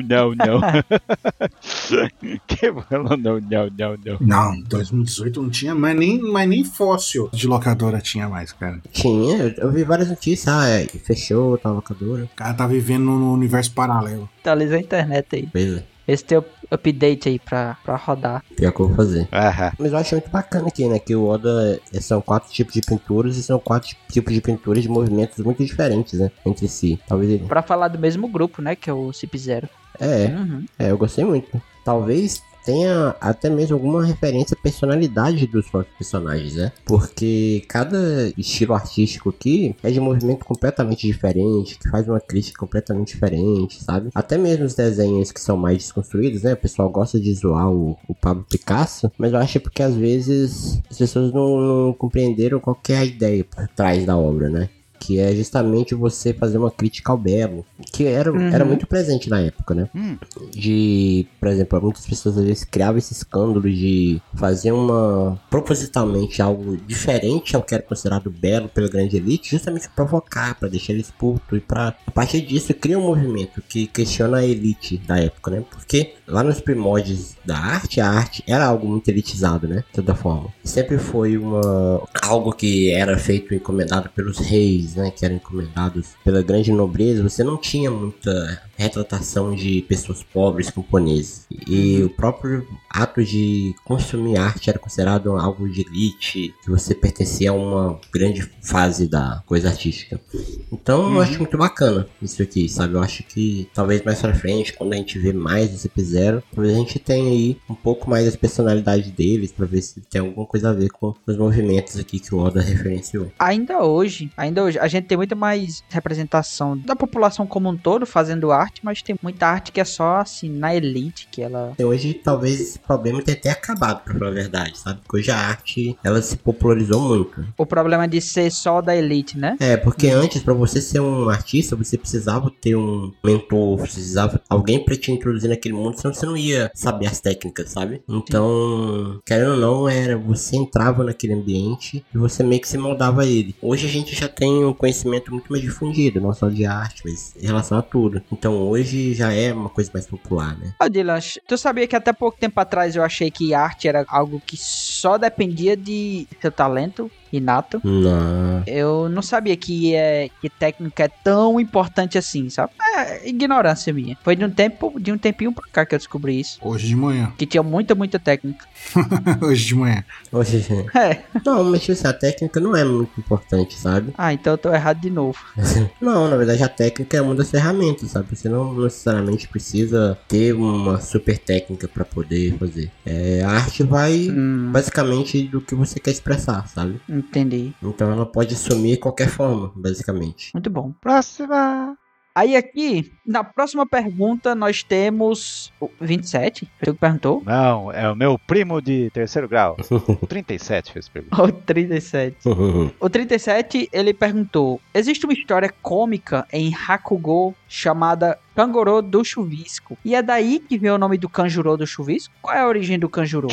Que falou não. Não, 2018 não tinha, mas nem fóssil de locadora tinha mais, cara. Tinha, eu vi várias notícias. Fechou, tá locadora. O cara tá vivendo no universo paralelo. Atualiza a internet aí. Beleza. Esse teu update aí pra rodar. Pior que eu vou fazer. Aham. Mas eu acho muito bacana aqui, né? Que o Oda são 4 tipos de pinturas e são 4 tipos de pinturas de movimentos muito diferentes, né? Entre si. Talvez ele... Pra falar do mesmo grupo, né? Que é o Cip Zero. Eu gostei muito. Talvez tenha até mesmo alguma referência à personalidade dos próprios personagens, né? Porque cada estilo artístico aqui é de movimento completamente diferente, que faz uma crítica completamente diferente, sabe? Até mesmo os desenhos que são mais desconstruídos, né? O pessoal gosta de zoar o Pablo Picasso, mas eu acho porque às vezes as pessoas não compreenderam qual que é a ideia por trás da obra, né? que é justamente você fazer uma crítica ao belo, que era muito presente na época, né? Por exemplo, muitas pessoas às vezes criavam esse escândalo de fazer propositalmente algo diferente ao que era considerado belo pela grande elite, justamente provocar, para deixar eles putos, e a partir disso cria um movimento que questiona a elite da época, né? Porque lá nos primórdios da arte, a arte era algo muito elitizado, né? De toda forma. Sempre foi algo que era feito e encomendado pelos reis, né? Que eram encomendados pela grande nobreza. Você não tinha muita retratação de pessoas pobres camponeses. E o próprio ato de consumir arte era considerado algo de elite, que você pertencia a uma grande fase da coisa artística. Então eu acho muito bacana isso aqui, sabe? Eu acho que talvez mais pra frente, quando a gente vê mais do CP0, talvez a gente tenha aí um pouco mais da personalidade deles, pra ver se tem alguma coisa a ver com os movimentos aqui que o Oda referenciou. Ainda hoje, a gente tem muito mais representação da população como um todo fazendo arte, mas tem muita arte que é só assim, na elite, que ela... Hoje talvez esse problema tenha até acabado, pra falar a verdade, sabe? Porque hoje a arte, ela se popularizou muito. O problema de ser só da elite, né? Porque antes, pra você ser um artista, você precisava ter um mentor, você precisava alguém pra te introduzir naquele mundo, senão você não ia saber as técnicas, sabe? Então, querendo ou não, você entrava naquele ambiente e você meio que se moldava a ele. Hoje a gente já tem um conhecimento muito mais difundido, não só de arte, mas em relação a tudo. Então hoje já é uma coisa mais popular, né? Dylan, tu sabia que até pouco tempo atrás eu achei que arte era algo que só dependia de seu talento inato? Não. Eu não sabia que técnica é tão importante assim, sabe? É ignorância minha. Foi de um tempinho pra cá que eu descobri isso. Hoje de manhã. Que tinha muita técnica. Hoje de manhã. Não, mas tipo assim, a técnica não é muito importante, sabe? Então eu tô errado de novo. Não, na verdade a técnica é uma das ferramentas, sabe? Você não necessariamente precisa ter uma super técnica pra poder fazer. A arte vai basicamente do que você quer expressar, sabe? Entendi. Então ela pode assumir de qualquer forma, basicamente. Muito bom. Próxima! Aí aqui, na próxima pergunta, nós temos o 27. Foi tu que perguntou? Não, é o meu primo de terceiro grau. O 37 fez pergunta. O 37. O 37, ele perguntou: existe uma história cômica em Hakugo chamada Kanjuro do Chuvisco. E é daí que vem o nome do Kanjuro do Chuvisco? Qual é a origem do Kanjuro?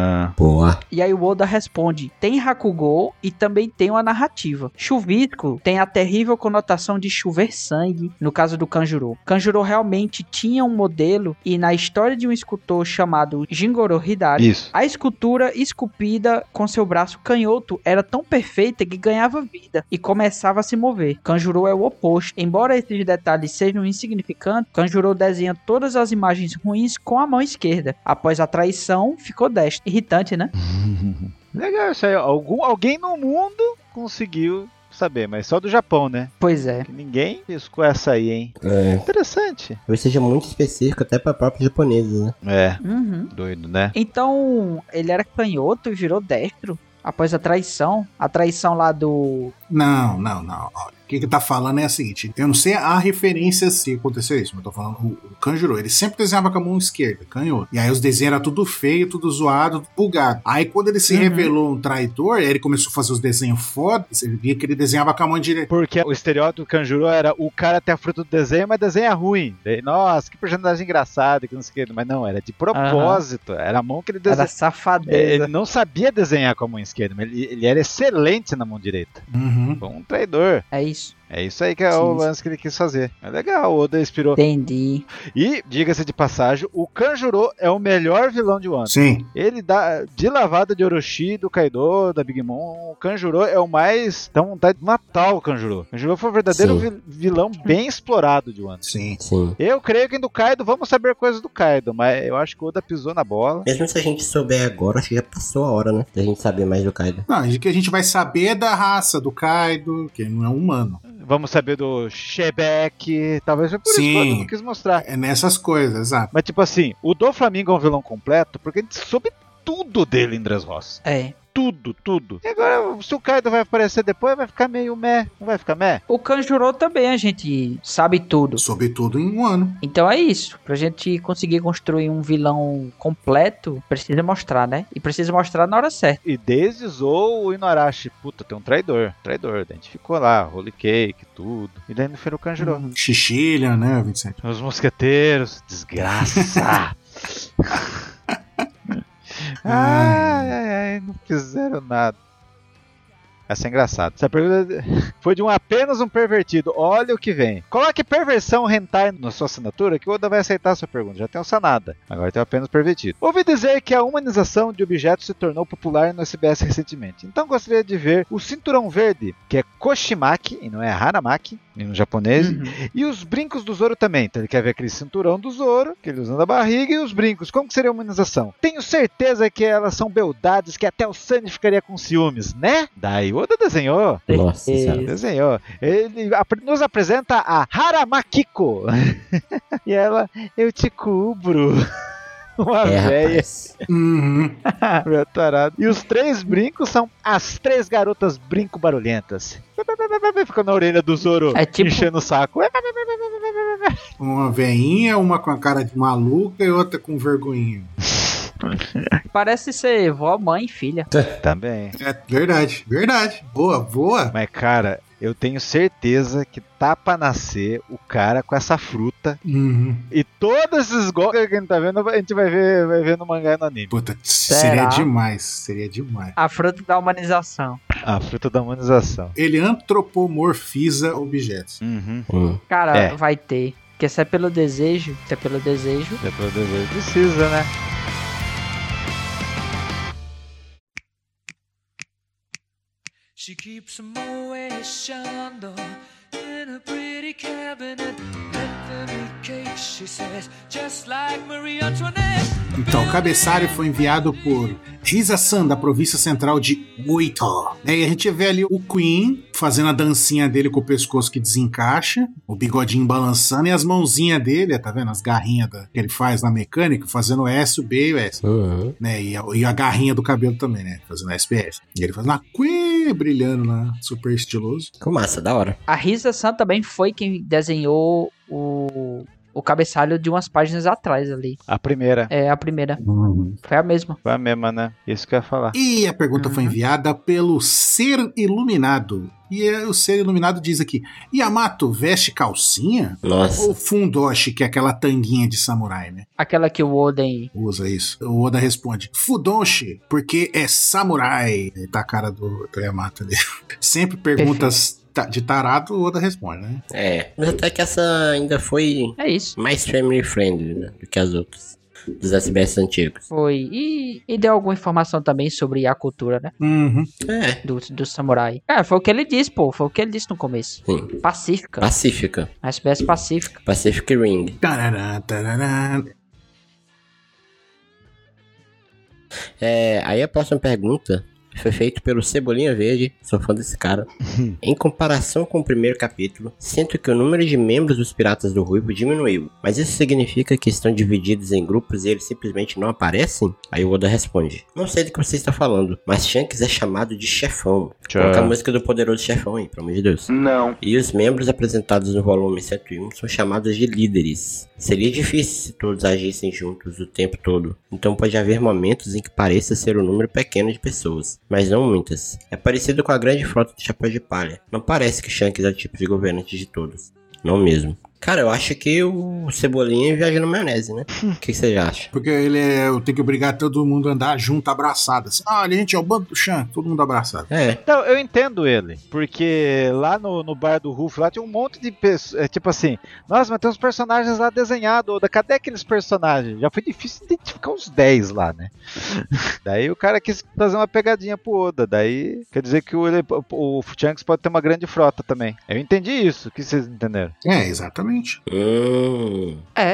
Boa. E aí o Oda responde: tem Hakugo e também tem uma narrativa. Chuvisco tem a terrível conotação de chover sangue, no caso do Kanjuro. Kanjuro realmente tinha um modelo e na história de um escultor chamado Jingoro Hidari, a escultura esculpida com seu braço canhoto era tão perfeita que ganhava vida e começava a se mover. Kanjuro é o oposto. Embora esses detalhes sejam insignificantes, Kanjuro desenha todas as imagens ruins com a mão esquerda. Após a traição, ficou destro. Irritante, né? Legal isso aí. Alguém no mundo conseguiu saber, mas só do Japão, né? Pois é. Que ninguém riscou essa aí, hein? Interessante. Talvez seja muito específico até para próprios japoneses, né? Doido, né? Então, ele era canhoto e virou destro após a traição. A traição lá do... Não. O que tá falando é o seguinte: eu não sei a referência se aconteceu isso, mas eu tô falando o Kanjuro, ele sempre desenhava com a mão esquerda, canhoto. E aí os desenhos eram tudo feio, tudo zoado, tudo bugado. Aí quando ele se revelou um traidor, aí ele começou a fazer os desenhos foda, você via que ele desenhava com a mão direita. Porque o estereótipo do Kanjuro era o cara ter a fruta do desenho, mas desenha ruim. Nossa, que personagem engraçado, que não sei o que. Mas não, era de propósito. Era a mão que ele desenhava. Era safadeza. Ele não sabia desenhar com a mão esquerda, mas ele era excelente na mão direita. Foi um traidor. É isso. É isso aí que é o lance que ele quis fazer. É legal, o Oda inspirou. Entendi. E, diga-se de passagem, o Kanjuro é o melhor vilão de Wano. Sim. Ele dá de lavada de Orochi, do Kaido, da Big Mom. O Kanjuro é o mais... dá vontade de matar o Kanjuro. O Kanjuro foi o verdadeiro vilão bem explorado de Wano. Sim. Eu creio que do Kaido vamos saber coisas do Kaido, mas eu acho que o Oda pisou na bola. Mesmo se a gente souber agora, acho que já passou a hora, né? Da gente saber mais do Kaido. Não, de que a gente vai saber da raça do Kaido, que ele não é humano. Vamos saber do Shebek. Talvez foi por isso que o Oda não quis mostrar. É nessas coisas, exato. Mas tipo assim, o Doflamingo é um vilão completo porque a gente soube tudo dele em Dressrosa. tudo. E agora, se o Kaido vai aparecer depois, vai ficar meio meh. Não vai ficar meh? O Kanjuro também, a gente sabe tudo. Soube tudo em um ano. Então é isso. Pra gente conseguir construir um vilão completo, precisa mostrar, né? E precisa mostrar na hora certa. E desde Zou, o Inuarashi, puta, tem um traidor. Daí a gente ficou lá, Holy Cake, tudo. E daí no fim o Kanjuro. Xixilha, né, 27? Os mosqueteiros, desgraça. Ai, não fizeram nada. Essa é engraçada. Essa pergunta foi de apenas um pervertido. Olha o que vem. Coloque perversão hentai na sua assinatura que o Oda vai aceitar a sua pergunta. Já tem o Sanada. Agora tem apenas pervertido. Ouvi dizer que a humanização de objetos se tornou popular no SBS recentemente. Então gostaria de ver o cinturão verde, que é Koshimaki, e não é Hanamaki, no japonês. E os brincos do Zoro também. Então ele quer ver aquele cinturão do Zoro, que ele usa na barriga, e os brincos. Como que seria a humanização? Tenho certeza que elas são beldades, que até o Sunny ficaria com ciúmes, né? Daí Oda desenhou. Nossa senhora. Desenhou. Ele nos apresenta a Haramakiko. E ela, eu te cubro. Uma véia. Meu tarado. E os 3 brincos são as 3 garotas brinco barulhentas. Ficou na orelha do Zoro, tipo... enchendo o saco. Uma veinha, uma com a cara de maluca e outra com vergonhinha. Parece ser vó, mãe e filha. Também. É verdade. Boa. Mas, cara, eu tenho certeza que tá pra nascer o cara com essa fruta. E todos esses golpes que a gente tá vendo, a gente vai ver no mangá e no anime. Puta, seria demais. A fruta da humanização. A fruta da humanização. Ele antropomorfiza objetos. Cara, vai ter. Porque se é pelo desejo, precisa, né? She keeps a Moet Chandon in a pretty cabinet. Let them eat cake, she says, just like Marie Antoinette. Então, o cabeçalho foi enviado por Risa-san, da província central de Oito. E a gente vê ali o Queen fazendo a dancinha dele com o pescoço que desencaixa, o bigodinho balançando e as mãozinhas dele, tá vendo? As garrinhas que ele faz na mecânica, fazendo o S, o B e o S. Né? E a garrinha do cabelo também, né? Fazendo SPS. E ele faz uma Queen brilhando lá, super estiloso. Ficou massa, da hora. A Risa-san também foi quem desenhou o cabeçalho de umas páginas atrás ali. A primeira. É, a primeira. Foi a mesma. Foi a mesma, né? Isso que eu ia falar. E a pergunta foi enviada pelo Ser Iluminado. E o Ser Iluminado diz aqui: Yamato veste calcinha? Nossa. Ou fundoshi, que é aquela tanguinha de samurai, né? Aquela que o Oden usa isso. O Oda responde: Fudoshi, porque é samurai. E tá a cara do Yamato ali. Sempre perguntas de tarado, o Oda responde, né? É, mas até que essa ainda foi mais family friendly, né, do que as outras dos SBS antigos. Foi. E deu alguma informação também sobre a cultura, né? Do samurai. Foi o que ele disse, pô. Foi o que ele disse no começo. Sim. Pacífica. A SBS Pacífica. Pacific Ring. Aí a próxima pergunta foi feito pelo Cebolinha Verde, sou fã desse cara. Em comparação com o primeiro capítulo, sinto que o número de membros dos Piratas do Ruivo diminuiu. Mas isso significa que estão divididos em grupos e eles simplesmente não aparecem? Aí o Oda responde: não sei do que você está falando, mas Shanks é chamado de chefão. Coloca a música do Poderoso Chefão aí, pelo amor de Deus. Não. E os membros apresentados no volume 101 são chamados de líderes. Seria difícil se todos agissem juntos o tempo todo. Então pode haver momentos em que pareça ser um número pequeno de pessoas, mas não muitas. É parecido com a grande frota do Chapéu de Palha. Não parece que Shanks é o tipo de governante de todos. Não mesmo. Cara, eu acho que o Cebolinha viaja na maionese, né? O que você acha? Porque ele tem que obrigar todo mundo a andar junto, abraçado. Assim. A gente é o bando do Shanks, todo mundo abraçado. Então, eu entendo ele. Porque lá no bar do Ruff, lá tinha um monte de pessoas. Tipo assim, nossa, mas tem uns personagens lá desenhados. Oda, cadê aqueles personagens? Já foi difícil identificar uns 10 lá, né? Daí o cara quis fazer uma pegadinha pro Oda. Daí quer dizer que o Shanks pode ter uma grande frota também. Eu entendi isso. O que vocês entenderam? Exatamente.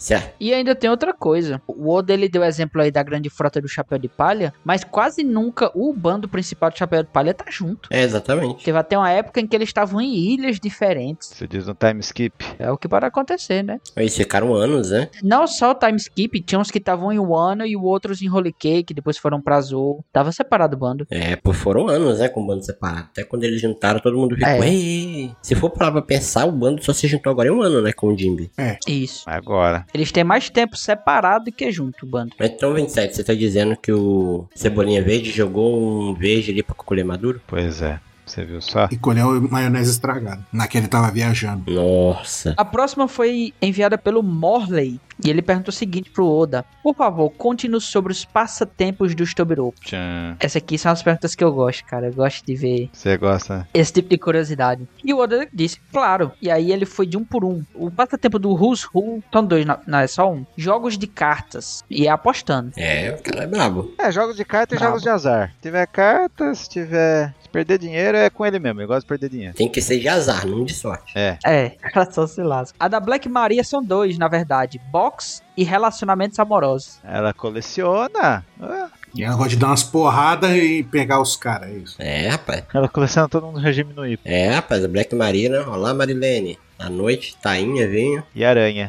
Certo. E ainda tem outra coisa. O Oda, ele deu exemplo aí da grande frota do Chapéu de Palha, mas quase nunca o bando principal do Chapéu de Palha tá junto. É, exatamente. Teve até uma época em que eles estavam em ilhas diferentes. Você diz um time skip. É o que pode acontecer, né? Eles ficaram anos, né? Não só o time skip, tinha uns que estavam em Wano e outros em Holy Cake, depois foram pra Zou. Tava separado o bando. É, pô, foram anos, né, com o bando separado. Até quando eles juntaram, todo mundo ficou, É. "Ei". Se for pra pensar, o bando só se juntou agora em um ano, né, com o Jinbe. Isso. Agora. Eles têm mais tempo separado do que junto, o bando. Então, 27, você tá dizendo que o Cebolinha Verde jogou um verde ali pra colher maduro? Pois é. Você viu só? E colheu maionese estragada. Naquele tava viajando. Nossa. A próxima foi enviada pelo Morley. E ele perguntou o seguinte pro Oda: por favor, conte-nos sobre os passatempos dos Tobiropo. Tchan. Essa aqui são as perguntas que eu gosto, cara. Eu gosto de ver Você gosta? esse tipo de curiosidade. E o Oda disse, claro. E aí ele foi de um por um. O passatempo do Who's Who, são dois, não é só um. Jogos de cartas. E é apostando. É, o cara é brabo. É, jogos de carta e Brabo. jogos de azar. Se tiver cartas, se tiver... Se perder dinheiro, é com ele mesmo. Ele gosta de perder dinheiro. Tem que ser de azar, não de sorte. É. É, ela só se lasca. A da Black Maria são dois, na verdade. Box e relacionamentos amorosos. Ela coleciona. Ah, E ela gosta de dar umas porradas e pegar os caras, é isso. É, rapaz. ela coleciona todo mundo no regime no IP. É, rapaz, a Black Maria, né? Olá, Marilene. À noite, tainha, vinho. E aranha.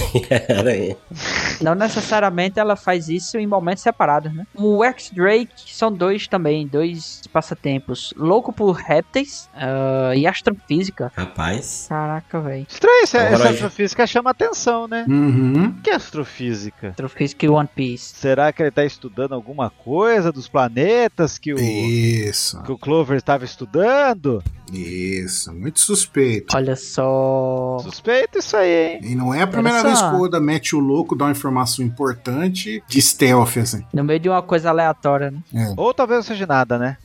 Aranha. Não necessariamente ela faz isso em momentos separados, né? O X-Drake são dois também, dois passatempos. Louco por répteis e astrofísica. Rapaz. Caraca, velho. Estranho, essa Agora- astrofísica chama atenção, né? Uhum. O que é astrofísica? Astrofísica e One Piece. Será que ele tá estudando alguma coisa dos planetas que Isso. o Clover estava estudando? Isso. Muito suspeito. Olha só. Suspeito isso aí, hein? E não é a primeira Olha vez só. que o Oda mete o louco, dá uma informação importante de stealth, assim. No meio de uma coisa aleatória, né? Ou talvez não seja nada, né?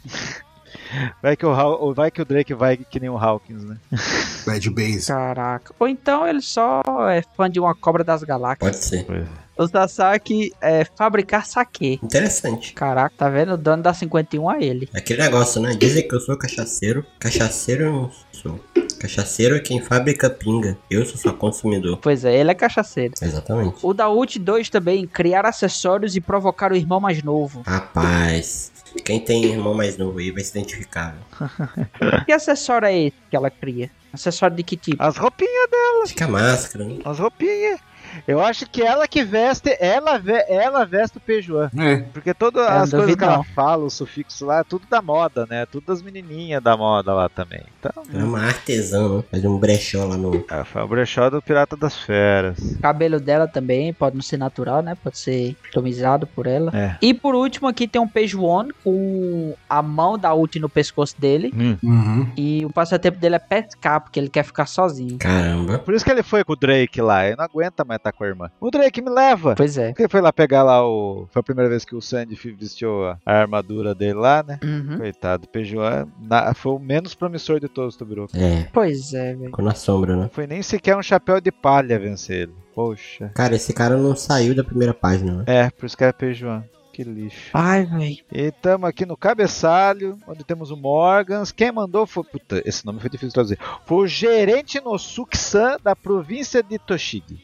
Vai que o Drake vai que nem o Hawkins, né? Bad Base. Caraca. Ou então ele só é fã de uma cobra das galáxias. Pode ser. O Sasaki é fabricar saquê. Interessante. Caraca, tá vendo? O dono da 51 a ele. Aquele negócio, né? Dizem que eu sou cachaceiro. Cachaceiro eu não sou. Cachaceiro é quem fabrica pinga. Eu sou só consumidor. Pois é, ele é cachaceiro. Exatamente. O da Ult 2 também, criar acessórios e provocar o irmão mais novo. Rapaz. Quem tem irmão mais novo aí vai se identificar. Viu? Que acessório é esse que ela cria? Acessório de que tipo? As roupinhas dela, Fica a máscara, né? as roupinhas. Eu acho que ela que veste, ela veste o Pejuan. É. Porque todas Eu as não coisas duvido, que ela não. fala, o sufixo lá, é tudo da moda, né? Tudo das menininhas da moda lá também. Então, É uma artesã, né? Faz um brechó lá no... foi o brechó do Pirata das Feras. O cabelo dela também pode não ser natural, né? Pode ser customizado por ela. É. E por último aqui tem um Pejuon com a mão da Ult no pescoço dele. Uhum. E o passatempo dele é pescar, porque ele quer ficar sozinho. Caramba. Por isso que ele foi com o Drake lá. Ele não aguenta mais estar com a irmã. O Drake me leva. Pois é. Porque ele foi lá pegar lá o... Foi a primeira vez que o Sandy vestiu a armadura dele lá, né? Uhum. Coitado, o Pejuan foi o menos promissor de todos, Tobiropo. É. Pois é, velho. Ficou na sombra, né? Não foi nem sequer um chapéu de palha vencer ele. Poxa. Cara, esse cara não saiu da primeira página, né? É, por isso que é Pejuan. Que lixo. Ai, velho. E estamos aqui no cabeçalho, onde temos o Morgans. Quem mandou foi... Puta, esse nome foi difícil de traduzir. Foi o gerente Nosuke-san da província de Toshigi.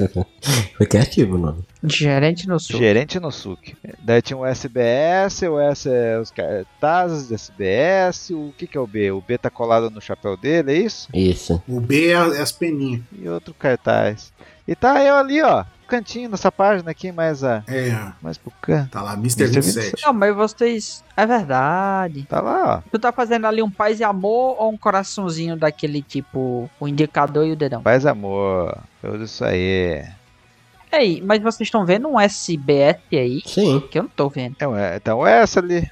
Foi criativo o nome. Gerente no sul. Gerente Nosuke. Daí tinha o SBS, o S é os cartazes de SBS. O que é o B? O B tá colado no chapéu dele, é isso? Isso. O B é as peninhas. E outro cartaz. E tá eu ali, ó. Cantinho nessa página aqui, mais pro canto. Tá lá, Mr. 27. Não, mas vocês... É verdade. Tá lá, ó. Tu tá fazendo ali um paz e amor ou um coraçãozinho daquele tipo... O indicador e o dedão? Paz e amor. Tudo isso aí. Ei, mas vocês estão vendo um SBS aí? Sim. Que eu não tô vendo. Então essa ali.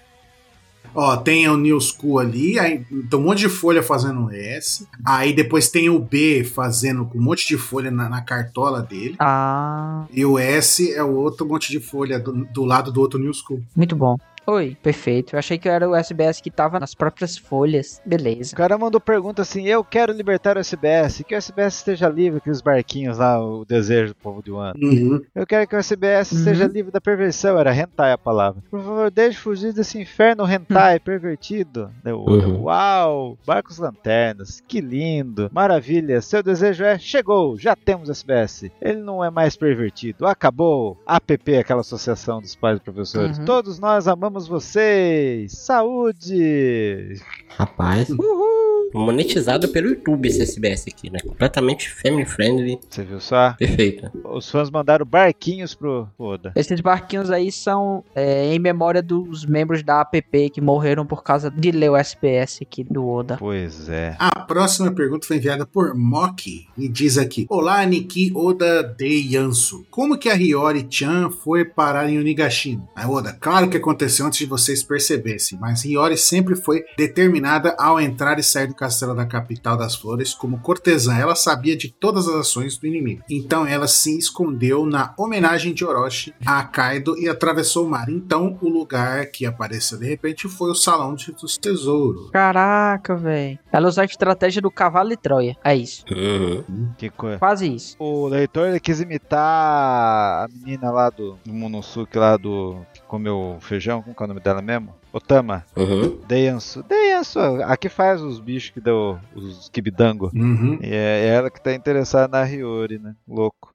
Ó, tem o New School ali, aí tem um monte de folha fazendo um S. Aí depois tem o B fazendo com um monte de folha na cartola dele. Ah, E o S é o outro monte de folha do lado do outro New School. muito bom. Oi, perfeito. Eu achei que era o SBS que tava nas próprias folhas. Beleza. O cara mandou pergunta assim: eu quero libertar o SBS, que o SBS esteja livre, aqueles barquinhos lá, o desejo do povo de Wano. Uhum. Eu quero que o SBS esteja livre da perversão, era hentai a palavra. Por favor, deixe fugir desse inferno hentai pervertido. Deu, uau, barcos lanternas, que lindo, maravilha, seu desejo chegou, já temos SBS. Ele não é mais pervertido, acabou. APP, aquela associação dos pais e professores. Todos nós amamos vocês. Saúde! Rapaz. Monetizado pelo YouTube esse SBS aqui, né? Completamente family friendly. Você viu só? Perfeito. Os fãs mandaram barquinhos pro Oda. Esses barquinhos aí são em memória dos membros da APP que morreram por causa de ler o SBS aqui do Oda. Pois é. A próxima pergunta foi enviada por Moki e diz aqui: Olá, Niki Oda de Yansu. Como que a Hiyori-chan foi parar em Onigashima? Aí, Oda, claro que aconteceu antes de vocês percebessem, mas Hiyori sempre foi determinada ao entrar e sair do castelo da capital das flores como cortesã. Ela sabia de todas as ações do inimigo. Então ela se escondeu na homenagem de Orochi a Kaido e atravessou o mar. Então o lugar que apareceu de repente foi o Salão dos Tesouros. Caraca, velho. Ela usou a estratégia do cavalo de Troia. É isso. Que coisa. Quase isso. O leitor ele quis imitar a menina lá do Monosuke, lá do que comeu feijão. Como é o nome dela mesmo? Otama. Deiansu. Aqui faz os bichos que dão os kibidango. E é ela que tá interessada na Hiyori, né? Louco.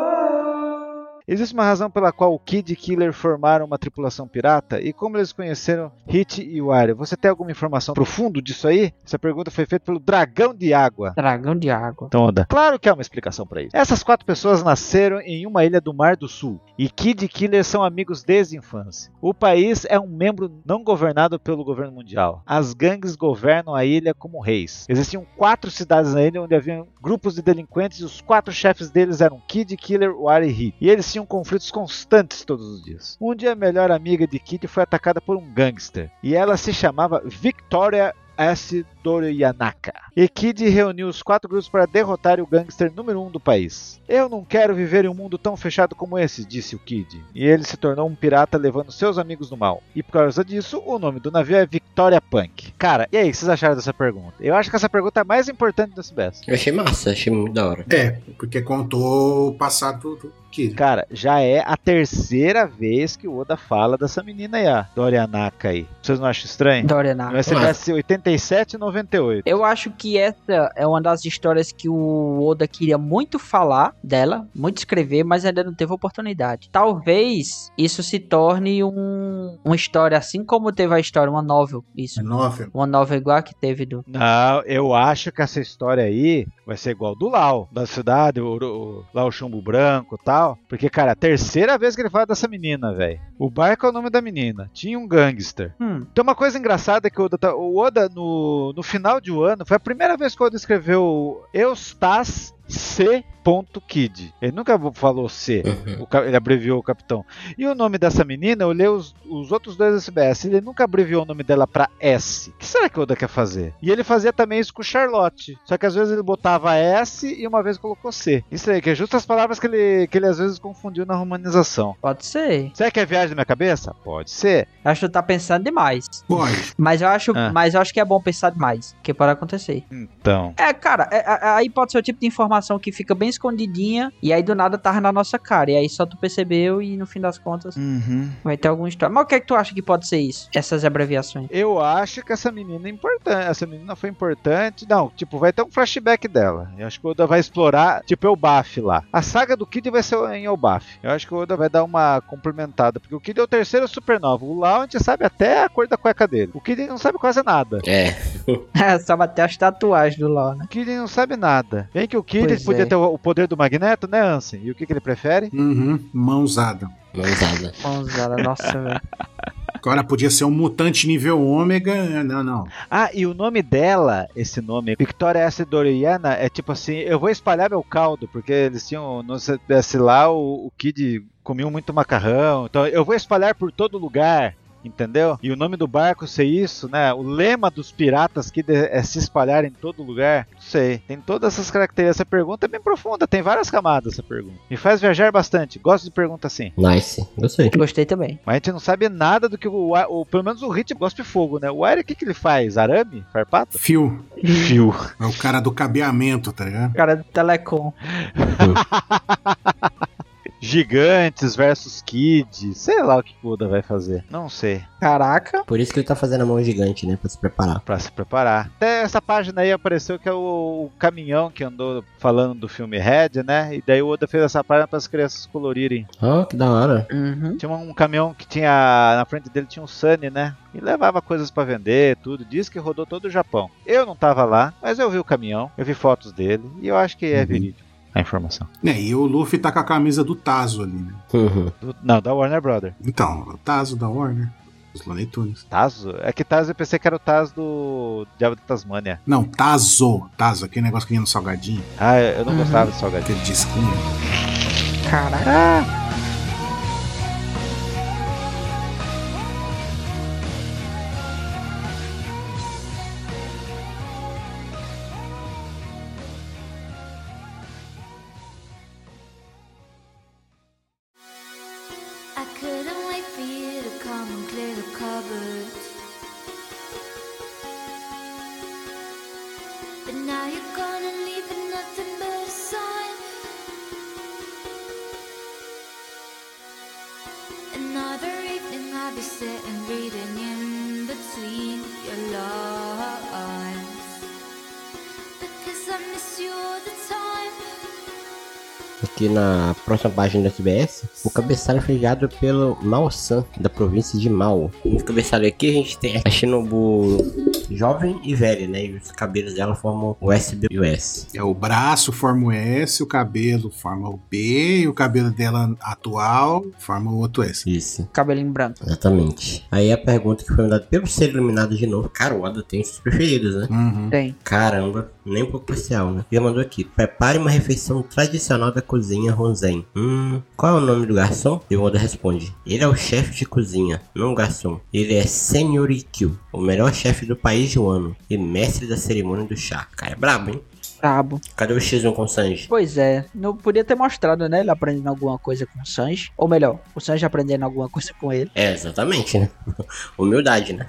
Existe uma razão pela qual o Kid e Killer formaram uma tripulação pirata? E como eles conheceram Hit e Wario? Você tem alguma informação profunda disso aí? Essa pergunta foi feita pelo Dragão de Água. Dragão de Água. Então, Oda, claro que há uma explicação para isso. Essas 4 pessoas nasceram em uma ilha do Mar do Sul. E Kid e Killer são amigos desde a infância. O país é um membro não governado pelo governo mundial. As gangues governam a ilha como reis. Existiam 4 cidades na ilha onde haviam grupos de delinquentes e os 4 chefes deles eram Kid, Killer, Wario e Hit. E eles tinham conflitos constantes todos os dias. Um dia a melhor amiga de Kid foi atacada por um gangster. E ela se chamava Victoria S. Dorianaka. E Kid reuniu os 4 grupos para derrotar o gangster número 1 do país. Eu não quero viver em um mundo tão fechado como esse, disse o Kid. E ele se tornou um pirata levando seus amigos no mal. E por causa disso, o nome do navio é Victoria Punk. Cara, e aí, o que vocês acharam dessa pergunta? Eu acho que essa pergunta é a mais importante do SBS. Eu achei massa, achei muito da hora. É, porque contou o passado do Kid. Cara, já é a 3ª vez que o Oda fala dessa menina aí, a Dorianaka aí. Vocês não acham estranho? Dorianaka. No SBS 87 e 98. Eu acho que essa é uma das histórias que o Oda queria muito falar dela, muito escrever, mas ainda não teve oportunidade. Talvez isso se torne uma história, assim como teve a história, uma novel, isso. Uma novel igual a que teve do... Não, eu acho que essa história aí vai ser igual do Lau, da cidade, lá o Chumbo Branco e tal. Porque, cara, a 3ª vez que ele fala dessa menina, velho. O barco é o nome da menina. Tinha um gangster. Tem uma coisa engraçada que o Oda no final de um ano, foi a primeira vez que o Oda escreveu Eustace C. Kid. Ele nunca falou C. Ele abreviou o capitão. E o nome dessa menina, eu li os outros 2 SBS. Ele nunca abreviou o nome dela pra S. O que será que o Oda quer fazer? E ele fazia também isso com Charlotte. Só que às vezes ele botava S e uma vez colocou C. Isso aí, que é justo as palavras que ele às vezes confundiu na romanização. Pode ser. Será que é viagem da minha cabeça? Pode ser. Acho que tu tá pensando demais. Pode. Mas eu acho que é bom pensar demais. Que pode acontecer. Então. Cara, aí pode ser o tipo de informação que fica bem escondidinha e aí do nada tava na nossa cara. E aí só tu percebeu e no fim das contas vai ter alguma história. Mas o que é que tu acha que pode ser isso? Essas abreviações? Eu acho que essa menina é importante. Essa menina foi importante. Não, tipo, vai ter um flashback dela. Eu acho que o Oda vai explorar, tipo, Elbaf lá. A saga do Kid vai ser em Elbaf. Eu acho que o Oda vai dar uma complementada. Porque o Kid é o 3º supernova. O Lau a gente sabe até a cor da cueca dele. O Kid não sabe quase nada. Sabe até as tatuagens do Lau, né? O Kid não sabe nada. Bem que o Kid podia ter o poder do Magneto, né, Ansem? E o que ele prefere? Mãozada, nossa, velho. Agora podia ser um mutante nível ômega. Não. Ah, e o nome dela, esse nome, Victoria S. Doriana, é tipo assim, eu vou espalhar meu caldo, porque eles tinham, não sei lá, o Kid comia muito macarrão, então eu vou espalhar por todo lugar. entendeu? E o nome do barco ser isso, né? O lema dos piratas que é se espalhar em todo lugar. Não sei. Tem todas essas características. Essa pergunta é bem profunda. Tem várias camadas essa pergunta. Me faz viajar bastante. Gosto de pergunta assim. Nice, gostei. Gostei também. Mas a gente não sabe nada do que pelo menos o Hit gosta de fogo, né? O Aire, o que ele faz? Arame? Farpato? Fio. Fio. É o cara do cabeamento, tá ligado? Cara do Telecom. Gigantes versus Kid. Sei lá o que o Oda vai fazer. Não sei. Caraca. Por isso que ele tá fazendo a mão gigante, né? Pra se preparar. Pra se preparar. Até essa página aí apareceu que é o caminhão que andou falando do filme Red, né? E daí o Oda fez essa página para as crianças colorirem. Oh, que da hora. Uhum. Tinha um caminhão que tinha... Na frente dele tinha um Sunny, né? E levava coisas pra vender, tudo. Diz que rodou todo o Japão. Eu não tava lá, mas eu vi o caminhão. Eu vi fotos dele. E eu acho que é verídico a informação. E o Luffy tá com a camisa do Tazo ali, né? Não, da Warner Brother. Então, o Tazo da Warner. Os Looney Tunes. Tazo? É que Tazo eu pensei que era o Tazo do Diabo da Tasmânia. Não, Tazo. Tazo, aquele negócio que vinha no salgadinho. Ah, eu não gostava de salgadinho. Aquele disquinho. Caraca. I couldn't wait for you to come and clear the cupboard. But now you're gone and leaving nothing but a sign. Another evening I'll be sitting reading in between your lines. Because I miss you all the time. Aqui na próxima página do SBS, o cabeçalho foi criado pelo Mao-san, da província de Mao. No cabeçalho aqui a gente tem a Shinobu jovem e velha, né? E os cabelos dela formam o SB e o S. É, o braço forma o S, o cabelo forma o B, e o cabelo dela atual forma o outro S. Isso. Cabelinho branco. Exatamente. Aí a pergunta que foi mandada pelo ser iluminado de novo. Cara, o Oda tem os preferidos, né? Uhum. Tem. Caramba, nem um pouco parcial, né? Já mandou aqui. Prepare uma refeição tradicional da cozinha Ronzen. Qual é o nome do garçom? E o Oda responde. Ele é o chefe de cozinha, não o garçom. Ele é Senhor Ikkyu, o melhor chefe do país de Wano e mestre da cerimônia do chá. Cara, é brabo, hein? Brabo. Cadê o X1 com o Sanji? Pois é, não podia ter mostrado, né? Ele aprendendo alguma coisa com o Sanji. Ou melhor, o Sanji aprendendo alguma coisa com ele. É, exatamente, né? Humildade, né?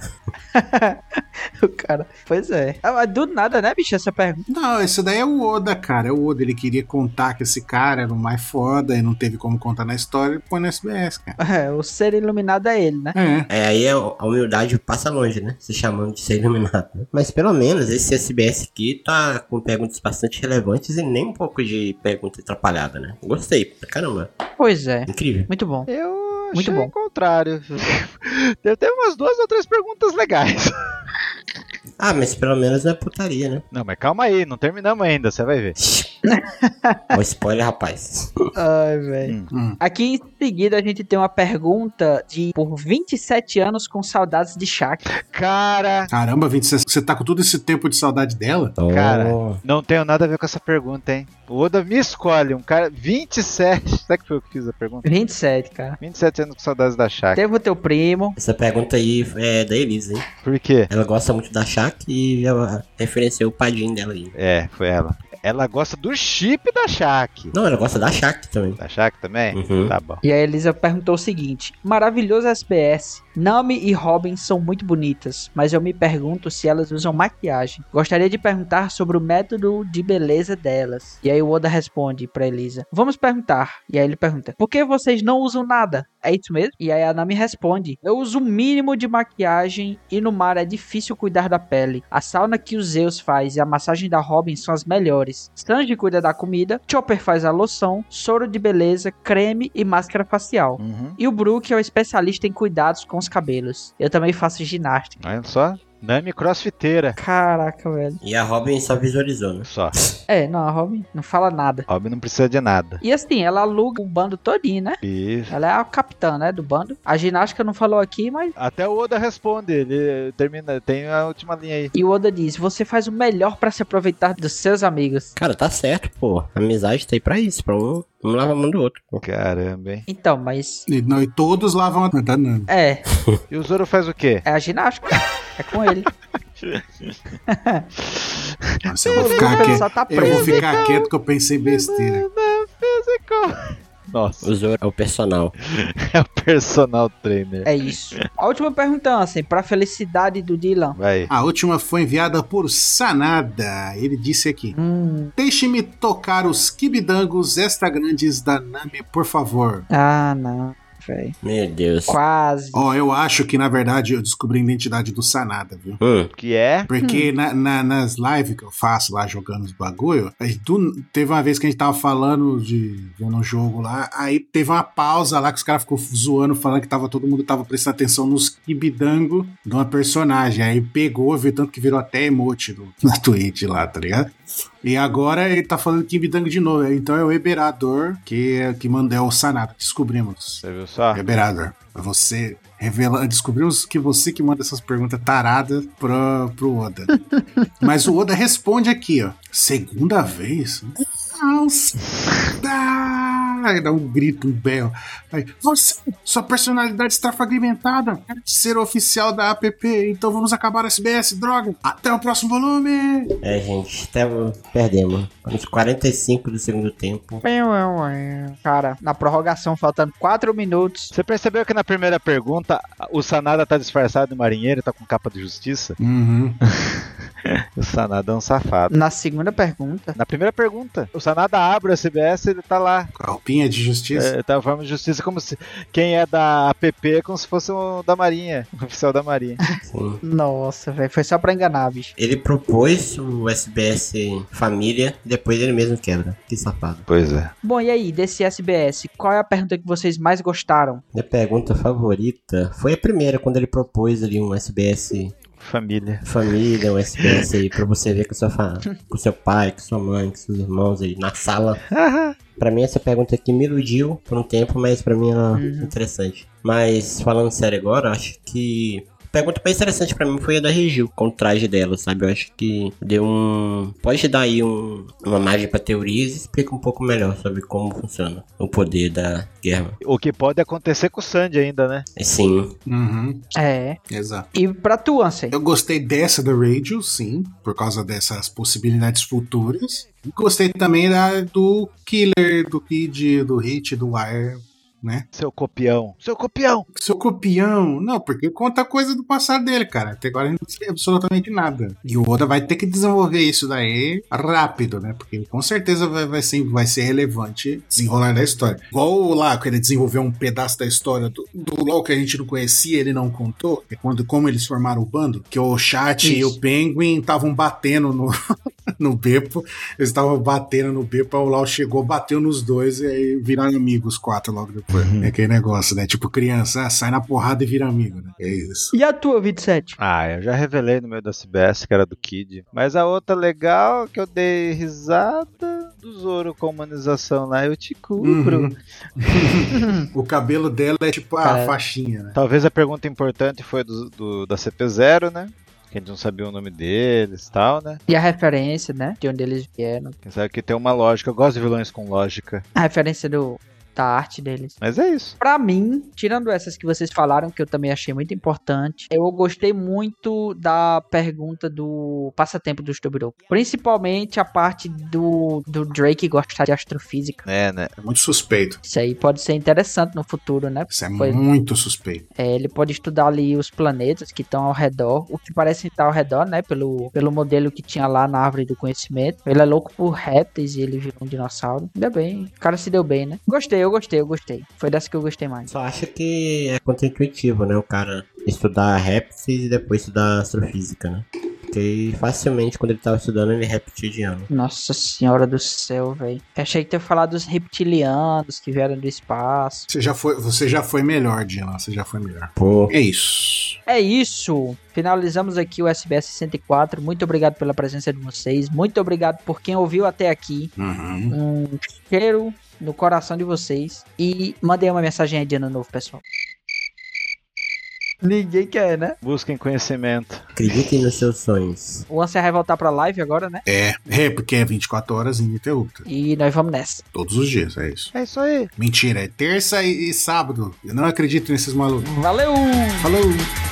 O cara. Pois é. Mas do nada, né, bicho, essa pergunta? Não, esse daí é o Oda, cara. É o Oda. Ele queria contar que esse cara era o mais foda e não teve como contar na história. Ele põe no SBS, cara. É, o ser iluminado é ele, né? É, aí a humildade passa longe, né? Se chamando de ser iluminado. Né? Mas pelo menos esse SBS aqui tá com perguntas bastante relevantes e nem um pouco de pergunta atrapalhada, né? Gostei, pra caramba. Pois é. Incrível. Muito bom. Eu Muito achei bom. o contrário. Teve umas 2 ou 3 perguntas legais. Ah, mas pelo menos não é putaria, né? Não, mas calma aí, não terminamos ainda, você vai ver. Ó, spoiler, rapaz. Ai, velho. Aqui em seguida a gente tem uma pergunta de por 27 anos com saudades de Shaq. Cara, Caramba, 26, você tá com todo esse tempo de saudade dela? cara, não tenho nada a ver com essa pergunta, hein? O Oda me escolhe, um cara 27. Será que foi eu que fiz a pergunta? 27, cara. 27 anos com saudades da Shaq. Teve o teu primo. Essa pergunta aí é da Elisa, hein? Por quê? Ela gosta muito da Shaq e ela referenciou o padrinho dela aí. É, foi ela. Ela gosta do chip da Shaq. Não, ela gosta da Shaq também. Da Shaq também? Uhum. Tá bom. E a Elisa perguntou o seguinte: maravilhoso SBS. Nami e Robin são muito bonitas, mas eu me pergunto se elas usam maquiagem. Gostaria de perguntar sobre o método de beleza delas. E aí o Oda responde pra Elisa: vamos perguntar. E aí ele pergunta: por que vocês não usam nada? É isso mesmo? E aí a Nami responde: eu uso o mínimo de maquiagem e no mar é difícil cuidar da pele. A sauna que o Zeus faz e a massagem da Robin são as melhores. Sanji cuida da comida, Chopper faz a loção, soro de beleza, creme e máscara facial. E o Brook é o especialista em cuidados com os cabelos. Eu também faço ginástica. Olha só. Nami crossfiteira. Caraca, velho. E a Robin só visualizou, né? Só. Não, a Robin não fala nada. Robin não precisa de nada. E assim, ela aluga o bando todinho, né? Isso. Ela é a capitã, né, do bando. A ginástica não falou aqui, mas... Até o Oda responde, ele termina, tem a última linha aí. E o Oda diz, você faz o melhor pra se aproveitar dos seus amigos. Cara, tá certo, pô. A amizade tá aí pra isso, pra um lavar a mão do outro, pô. Caramba, hein? Então, mas... E todos lavam a da Nami. E o Zoro faz o quê? É a ginástica. É com ele. Nossa, eu vou ficar quieto. Só tá Eu vou preso. ficar quieto que eu pensei besteira. Nossa, O Zoro é o personal. é o personal trainer. É isso. A última pergunta, assim, pra felicidade do Dylan. Vai. A última foi enviada por Sanada. Ele disse aqui: Deixe-me tocar os kibidangos extra grandes da Nami, por favor. Ah, não, velho. Meu Deus. Quase. Ó, eu acho que na verdade eu descobri a identidade do Sanada, viu? Que é? Porque nas lives que eu faço lá jogando os bagulho, teve uma vez que a gente tava falando vendo um jogo lá, aí teve uma pausa lá que os caras ficou zoando, falando que todo mundo tava prestando atenção nos kibidango de uma personagem. Aí pegou, viu, tanto que virou até emote na Twitch lá, tá ligado? E agora ele tá falando kibidango de novo. Então é o Eberador que mandou o Sanada. Descobrimos. Você viu só? Eberador. Você descobrimos que você que manda essas perguntas taradas pro Oda. Mas o Oda responde aqui, ó. Segunda vez? Nossa! Dá um grito, um berro. Aí, sua personalidade está fragmentada. Quero ser oficial da APP, então vamos acabar a SBS, droga. Até o próximo volume. Gente, perdemos. Nos 45 do segundo tempo. Cara, na prorrogação, faltando 4 minutos. Você percebeu que na primeira pergunta o Sanada tá disfarçado de marinheiro, tá com capa de justiça? Uhum. O Sanada é um safado. Na segunda pergunta. Na primeira pergunta, o Sanada abre a CBS, ele tá lá. Com a roupinha de justiça. Tá forma de justiça como se quem é da APP é como se fosse um da Marinha, um oficial da Marinha. Sim. Nossa, velho, foi só pra enganar, bicho. Ele propôs o SBS Família, depois ele mesmo quebra. Que safado. Pois é. Bom, e aí, desse SBS, qual é a pergunta que vocês mais gostaram? Minha pergunta favorita foi a primeira, quando ele propôs ali um SBS Família, um SBS aí, pra você ver com seu pai, com sua mãe, com seus irmãos aí na sala. Pra mim essa pergunta aqui me iludiu por um tempo, mas pra mim é interessante. Mas falando sério agora, acho que a pergunta mais interessante pra mim foi a da Regil, com o traje dela, sabe? Eu acho que deu pode dar aí uma margem pra teorias e explica um pouco melhor sobre como funciona o poder da guerra. O que pode acontecer com o Sandy ainda, né? Sim. Uhum. É. Exato. E pra tu, Ansem? Eu gostei dessa da Radio, sim, por causa dessas possibilidades futuras. E gostei também do Killer, do Kid, do Hit, do Wire, né? Seu copião. Seu copião. Não, porque conta coisa do passado dele, cara. Até agora a gente não sabe absolutamente nada. E o Oda vai ter que desenvolver isso daí rápido, né? Porque com certeza vai ser relevante desenrolar da história. Igual lá, que ele desenvolveu um pedaço da história do LoL que a gente não conhecia, ele não contou. É como eles formaram o bando. Que o Chat e o Penguin estavam batendo no Beppo. Eles estavam batendo no Beppo, o LoL chegou, bateu nos dois e aí viraram amigos, 4 logo depois. É aquele negócio, né? Tipo criança, sai na porrada e vira amigo, né? É isso. E a tua, 27? Eu já revelei no meio da CBS que era do Kid. Mas a outra legal que eu dei risada do Zoro com a humanização lá, eu te cubro. O cabelo dela é tipo a faixinha, né? Talvez a pergunta importante foi da CP0, né? Que a gente não sabia o nome deles e tal, né? E a referência, né? De onde eles vieram. Quem sabe que tem uma lógica. Eu gosto de vilões com lógica. A referência da arte deles. Mas é isso. Pra mim, tirando essas que vocês falaram, que eu também achei muito importante, eu gostei muito da pergunta do passatempo do Tobirou. Principalmente a parte do Drake gostar de astrofísica. Né? É muito suspeito. Isso aí pode ser interessante no futuro, né? Isso é muito suspeito. Ele pode estudar ali os planetas que estão ao redor, o que parece estar ao redor, né? Pelo modelo que tinha lá na árvore do conhecimento. Ele é louco por répteis e ele virou um dinossauro. Ainda bem, o cara se deu bem, né? Eu gostei. Foi dessa que eu gostei mais. Só acho que é contra-intuitivo, né? O cara estudar répteis e depois estudar astrofísica, né? Porque facilmente, quando ele tava estudando, ele é reptiliano. Nossa senhora do céu, velho. Achei que ter falado dos reptilianos que vieram do espaço. Você já foi melhor, Dylan. Você já foi melhor. Pô. É isso. É isso. Finalizamos aqui o SBS 64. Muito obrigado pela presença de vocês. Muito obrigado por quem ouviu até aqui. Um cheiro no coração de vocês. E mandei uma mensagem aí de ano novo, pessoal. Ninguém quer, né? Busquem conhecimento. Acreditem nos seus sonhos. O Ansem vai voltar pra live agora, né? Porque é 24 horas ininterrupta. E nós vamos nessa. Todos os dias, é isso. É isso aí. Mentira, é terça e sábado. Eu não acredito nesses malucos. Valeu! Falou!